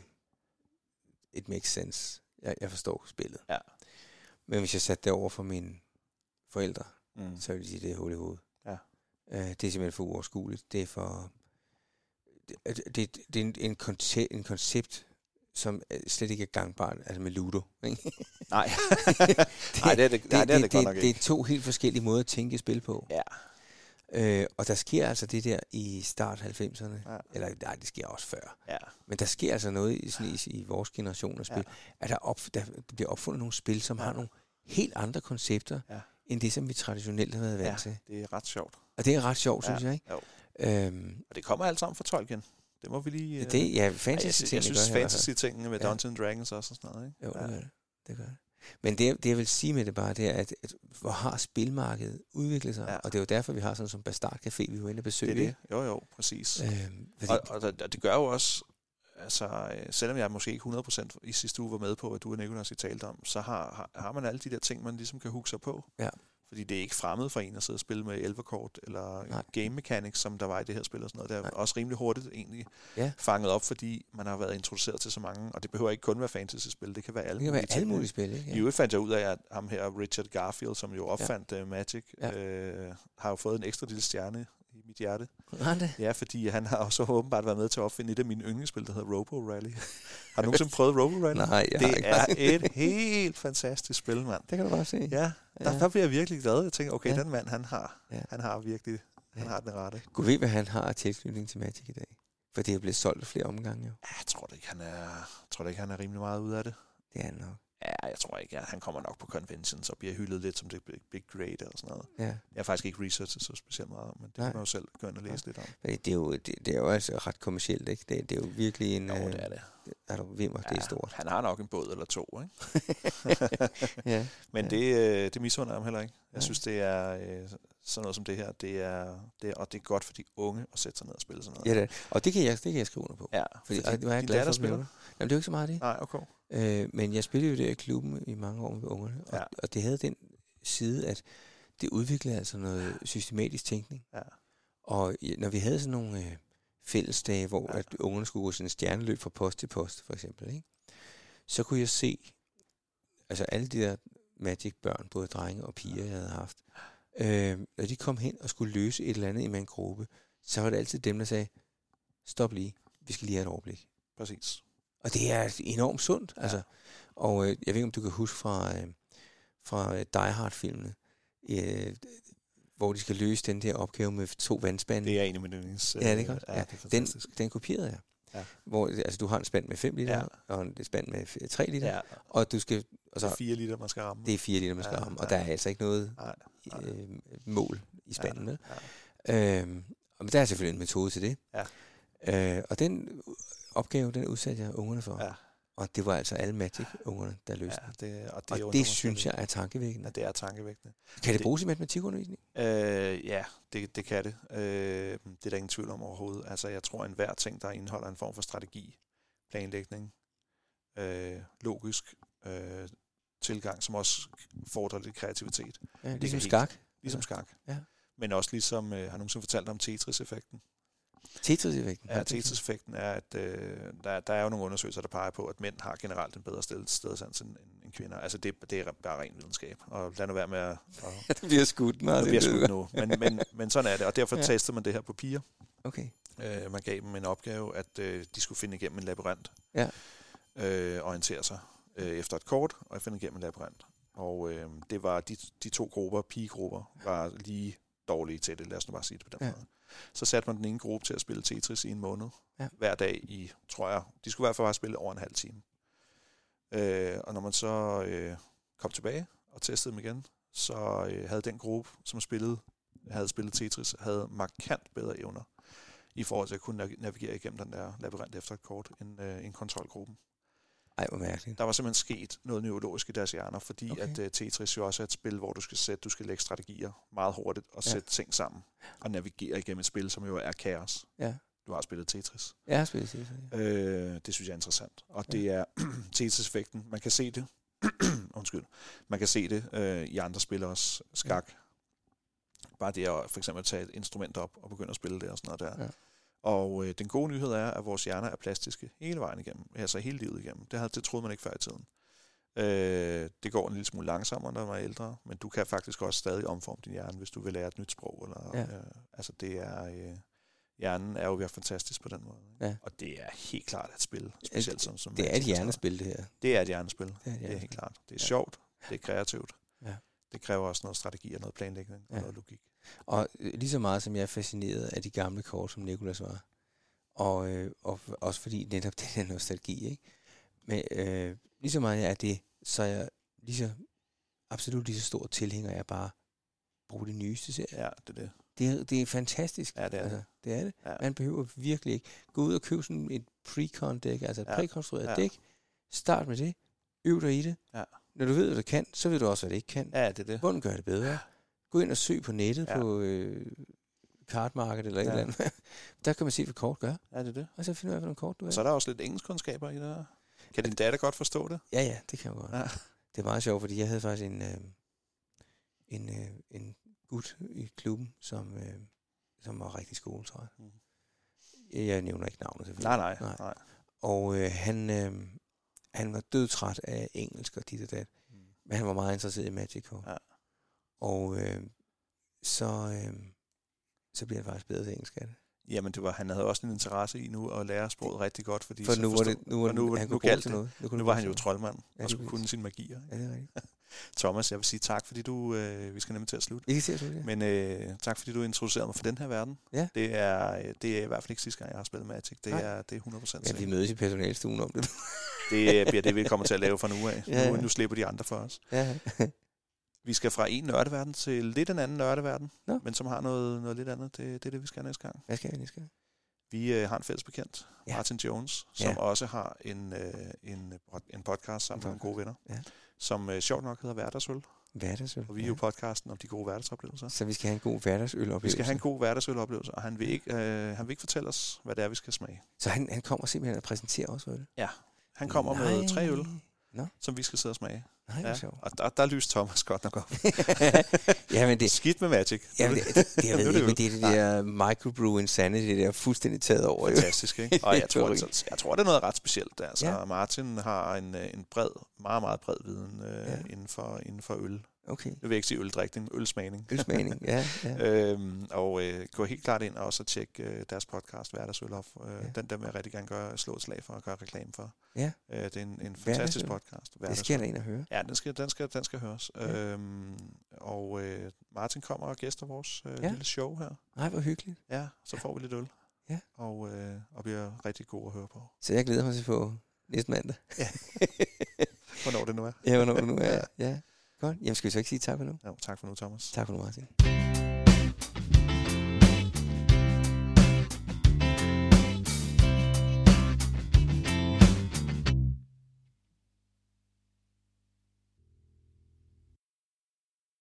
S1: it makes sense. Jeg forstår spillet. Ja. Men hvis jeg satte det over for mine forældre, så ville de sige, det er hul i hovedet. Ja. Det er simpelthen for uoverskueligt. Det er for... Det er en koncept, som slet ikke er gangbart, altså med Ludo. Ikke?
S2: Nej. Nej, det er det godt nok ikke.
S1: Det er 2 helt forskellige måder at tænke spil på. Ja. Og der sker altså det der i start 90'erne. Ja. Eller nej, det sker også før. Ja. Men der sker altså noget i vores generation af spil. At der bliver opfundet nogle spil, som har nogle helt andre koncepter, end det, som vi traditionelt har været vant til.
S2: Det er ret sjovt.
S1: Og det er ret sjovt, synes jeg, ikke?
S2: Og det kommer alt sammen fra Tolkien. Det må vi lige...
S1: fantasy-ting.
S2: Jeg synes, fantasy-tingene med Dungeons and Dragons også og sådan noget, ikke?
S1: Jo, det gør det. Men det jeg vil sige med det bare, det er, at hvor har spilmarkedet udviklet sig? Ja. Og det er jo derfor, vi har sådan som Bastard Café, vi var inde og besøge.
S2: Det er det. Jo, præcis. Og det gør jo også, altså, selvom jeg måske ikke 100% i sidste uge var med på, at du og Nicolas har talt om, så har man alle de der ting, man ligesom kan hooke sig på. Ja. Fordi det er ikke fremmed for en at sidde og spille med 11-kort eller game mechanics, som der var i det her spil og sådan noget. Det er også rimelig hurtigt egentlig fanget op, fordi man har været introduceret til så mange, og det behøver ikke kun være fantasy-spil, det kan være alle mulige
S1: spil. Ikke? Ja.
S2: I øvrigt fandt jeg ud af, at ham her, Richard Garfield, som jo opfandt Magic, har jo fået en ekstra lille stjerne i mit hjerte. Ja, fordi han har også åbenbart været med til at opfinde et af mine yndlingsspil, der hedder Robo Rally. Har du nogensinde prøvet Robo Rally?
S1: Nej,
S2: det er et helt fantastisk spil, mand.
S1: Det kan du bare se.
S2: Ja, der bliver jeg virkelig glad. Jeg tænker, okay, den mand, han har virkelig, han har den rette.
S1: Gud ved, hvad han har af tilknytning til Magic i dag? For det er blevet solgt flere omgange, jo.
S2: Ja, jeg tror da ikke, han er rimelig meget ude af det.
S1: Det er han nok.
S2: Ja, jeg tror ikke, han kommer nok på conventions og bliver hyldet lidt som det big great eller sådan noget. Ja. Jeg har faktisk ikke researchet så specielt meget, men det kan man jo selv gå ind og læse lidt om.
S1: Det er jo altså ret kommercielt, ikke? Det er jo virkelig en...
S2: Jo, det er det.
S1: Det er stort.
S2: Han har nok en båd eller 2, ikke? Men det misunder ham heller ikke. Jeg synes, det er sådan noget som det her. Det er godt for de unge at sætte sig ned og spille sådan noget.
S1: Ja, og det kan jeg skrive under på. Ja,
S2: fordi din datter spiller.
S1: Jamen, det er jo ikke så meget det.
S2: Nej, okay.
S1: Men jeg spillede jo der i klubben i mange år med ungerne, og det havde den side, at det udviklede altså noget systematisk tænkning. Ja. Og når vi havde sådan nogle fællesdage, hvor at ungerne skulle gå sådan en stjerneløb fra post til post, for eksempel, ikke? Så kunne jeg se, altså alle de der Magic-børn, både drenge og piger, jeg havde haft, når de kom hen og skulle løse et eller andet i en gruppe, så var det altid dem, der sagde, stop lige, vi skal lige have et overblik.
S2: Præcis.
S1: Og det er enormt sundt, altså. Og jeg ved ikke, om du kan huske fra Die Hard-filmene, hvor de skal løse den der opgave med 2 vandspande.
S2: Det er en af mine yndlings.
S1: Ja, det er godt. Ja, den kopierede jeg. Ja. Hvor altså, du har en spand med 5 liter, og en spand med 3 liter, og du skal... Og så,
S2: det er 4 liter, man skal ramme.
S1: Det er 4 liter, man skal ramme, og der er altså ikke noget mål i spanden med. Og der er selvfølgelig en metode til det. Ja. Og den opgave, den udsatte jeg ungerne for. Ja. Og det var altså alle Magic-ungerne, der løste den. Og det synes jeg er tankevækkende.
S2: Ja, det er tankevækkende.
S1: Kan det bruges i matematikundervisning?
S2: Ja, det kan det. Det er der ingen tvivl om overhovedet. Altså, jeg tror, at enhver ting, der indeholder en form for strategi, planlægning, logisk tilgang, som også fordrer lidt kreativitet.
S1: Ja, ligesom skak.
S2: Ligesom skak. Ja. Men også ligesom, har nogen fortalt om Tetris-effekten.
S1: Tetris-effekten?
S2: Ja, Tetris-effekten er, at der er jo nogle undersøgelser, der peger på, at mænd har generelt en bedre stedsans end kvinder. Altså det er bare ren videnskab, og lad nu være med at
S1: det bliver skudt meget.
S2: Det bliver skudt nu, men sådan er det, og derfor testede man det her på piger.
S1: Okay.
S2: Man gav dem en opgave, at de skulle finde igennem en labyrint, orientere sig efter et kort, og finde igennem en labyrint. Og det var de to grupper, pigegrupper, var lige dårlige til det, lad os nu bare sige det på den måde. Så satte man den ene gruppe til at spille Tetris i en måned, hver dag i, tror jeg, de skulle i hvert fald bare spille over en halv time. Og når man så kom tilbage og testede dem igen, så havde den gruppe, som havde spillet Tetris, havde markant bedre evner i forhold til at kunne navigere igennem den der labyrint efter et kort, end kontrolgruppen.
S1: Ej, hvor mærkeligt.
S2: Der var simpelthen sket noget neurologisk i deres hjerner, fordi at Tetris jo også er et spil, hvor du skal lægge strategier meget hurtigt og sætte ting sammen og navigere igennem et spil, som jo er kaos. Ja. Du har spillet Tetris.
S1: Jeg har spillet Tetris.
S2: Det synes jeg er interessant. Og det er Tetris-effekten. Man kan se det. Undskyld. Man kan se det i andre spilleres skak. Bare det at for eksempel tage et instrument op og begynde at spille det og sådan noget der. Ja. Og den gode nyhed er, at vores hjerner er plastiske hele vejen igennem. Altså hele livet igennem. Det troede man ikke før i tiden. Det går en lille smule langsommere, når man er ældre, men du kan faktisk også stadig omforme din hjerne, hvis du vil lære et nyt sprog. Eller, altså det er... Hjernen er jo virkelig fantastisk på den måde. Ja. Og det er helt klart et spil, specielt som
S1: det er et hjernespil, det her.
S2: Det er et hjernespil, det er helt klart. Det er sjovt, det er kreativt. Ja. Det kræver også noget strategi og noget planlægning og noget logik.
S1: Og lige så meget som jeg er fascineret af de gamle kort, som Nicolas var, og også fordi netop det er nostalgi, ikke? Men lige så meget af det, så er jeg absolut lige så stor tilhænger af bare bruge det nyeste serie.
S2: Ja, det er det.
S1: Det er fantastisk. Ja, det er det. Det er det. Ja. Man behøver virkelig ikke gå ud og købe sådan et pre-con-dæk, altså et prækonstrueret dæk. Start med det. Øv dig i det. Ja. Når du ved, hvad du kan, så ved du også, hvad det ikke kan.
S2: Ja, det er det.
S1: Hvordan gør det bedre? Ja. Gå ind og søg på nettet på Cardmarket eller et eller andet. Der kan man se, hvad kort gør.
S2: Ja, det er det.
S1: Og så finder du ud af, hvilken kort du er.
S2: Så er der også lidt engelskkundskaber i det der. Kan din datter godt forstå det?
S1: Ja, det kan jeg godt. Ja. Det er meget sjovt, fordi jeg havde faktisk en gut i klubben, som var rigtig skole, tror jeg. Jeg nævner ikke navnet selvfølgelig.
S2: Nej.
S1: Og han var dødtræt af engelsk og dit og dat. Men han var meget interesseret i Magic. Ja. Og så bliver han faktisk bedre til engelsk af det.
S2: Jamen, han havde også en interesse i nu at lære sproget rigtig godt, fordi
S1: for nu
S2: var han jo troldmand og skulle kunne sine magier.
S1: Ja, det er rigtigt.
S2: Thomas, jeg vil sige tak, fordi vi skal nemlig til at slutte.
S1: Vi kan til at slutte, ja.
S2: Men tak, fordi du introducerede mig for den her verden. Ja. Det er i hvert fald ikke sidste gang, jeg har spillet Magic. Det er 100%.
S1: Ja, vi mødes i personalstuen om det.
S2: Det bliver det, vi kommer til at lave fra nu af. Ja. Nu slipper de andre for os. Ja. Vi skal fra en nørdeverden til lidt en anden nørdeverden, men som har noget lidt andet. Det er det, vi skal næste gang.
S1: Hvad skal vi næste gang?
S2: Vi har en fælles bekendt, Martin Jones, som også har en podcast sammen med nogle gode venner, som sjovt nok hedder Hverdagsøl.
S1: Hverdagsøl.
S2: Og vi er jo podcasten om de gode hverdagsoplevelser.
S1: Så vi skal have en god hverdagsøloplevelse.
S2: Vi skal have en god hverdagsøloplevelse, og han vil ikke fortælle os, hvad det er, vi skal smage.
S1: Så han kommer simpelthen og præsenterer os øl?
S2: Ja, han kommer med 3 øl, som vi skal sidde og smage.
S1: Nej,
S2: og der lyser Thomas godt nok op.
S1: Jamen det
S2: skidt med Magic.
S1: Jamen det jeg ved ikke, men det der microbrew insanity, det der fuldstændig taget over.
S2: Fantastisk, ikke? Og jeg tror, det er noget ret specielt. Altså, Martin har en bred, meget, meget bred viden inden for øl.
S1: Okay.
S2: Jeg vil ikke sige øldrikning, ølsmagning.
S1: Ølsmagning, ja.
S2: Og gå helt klart ind og også tjekke deres podcast, Hverdagsøl op. Den der vil jeg rigtig gerne slå et slag for og gøre reklame for. Ja. Det er en fantastisk podcast.
S1: Det skal der ind og høre.
S2: Ja, den skal høres. Ja. Og Martin kommer og gæster vores lille show her.
S1: Nej, hvor hyggeligt.
S2: Ja, så får vi lidt øl. Ja. Og bliver rigtig god at høre på.
S1: Så jeg glæder mig til på næste mandag.
S2: Ja. Hvornår det nu er.
S1: Ja, hvornår det nu er. Ja. Godt. Jamen skal vi så ikke sige tak for nu?
S2: Jo, tak for nu, Thomas.
S1: Tak for nu, Martin.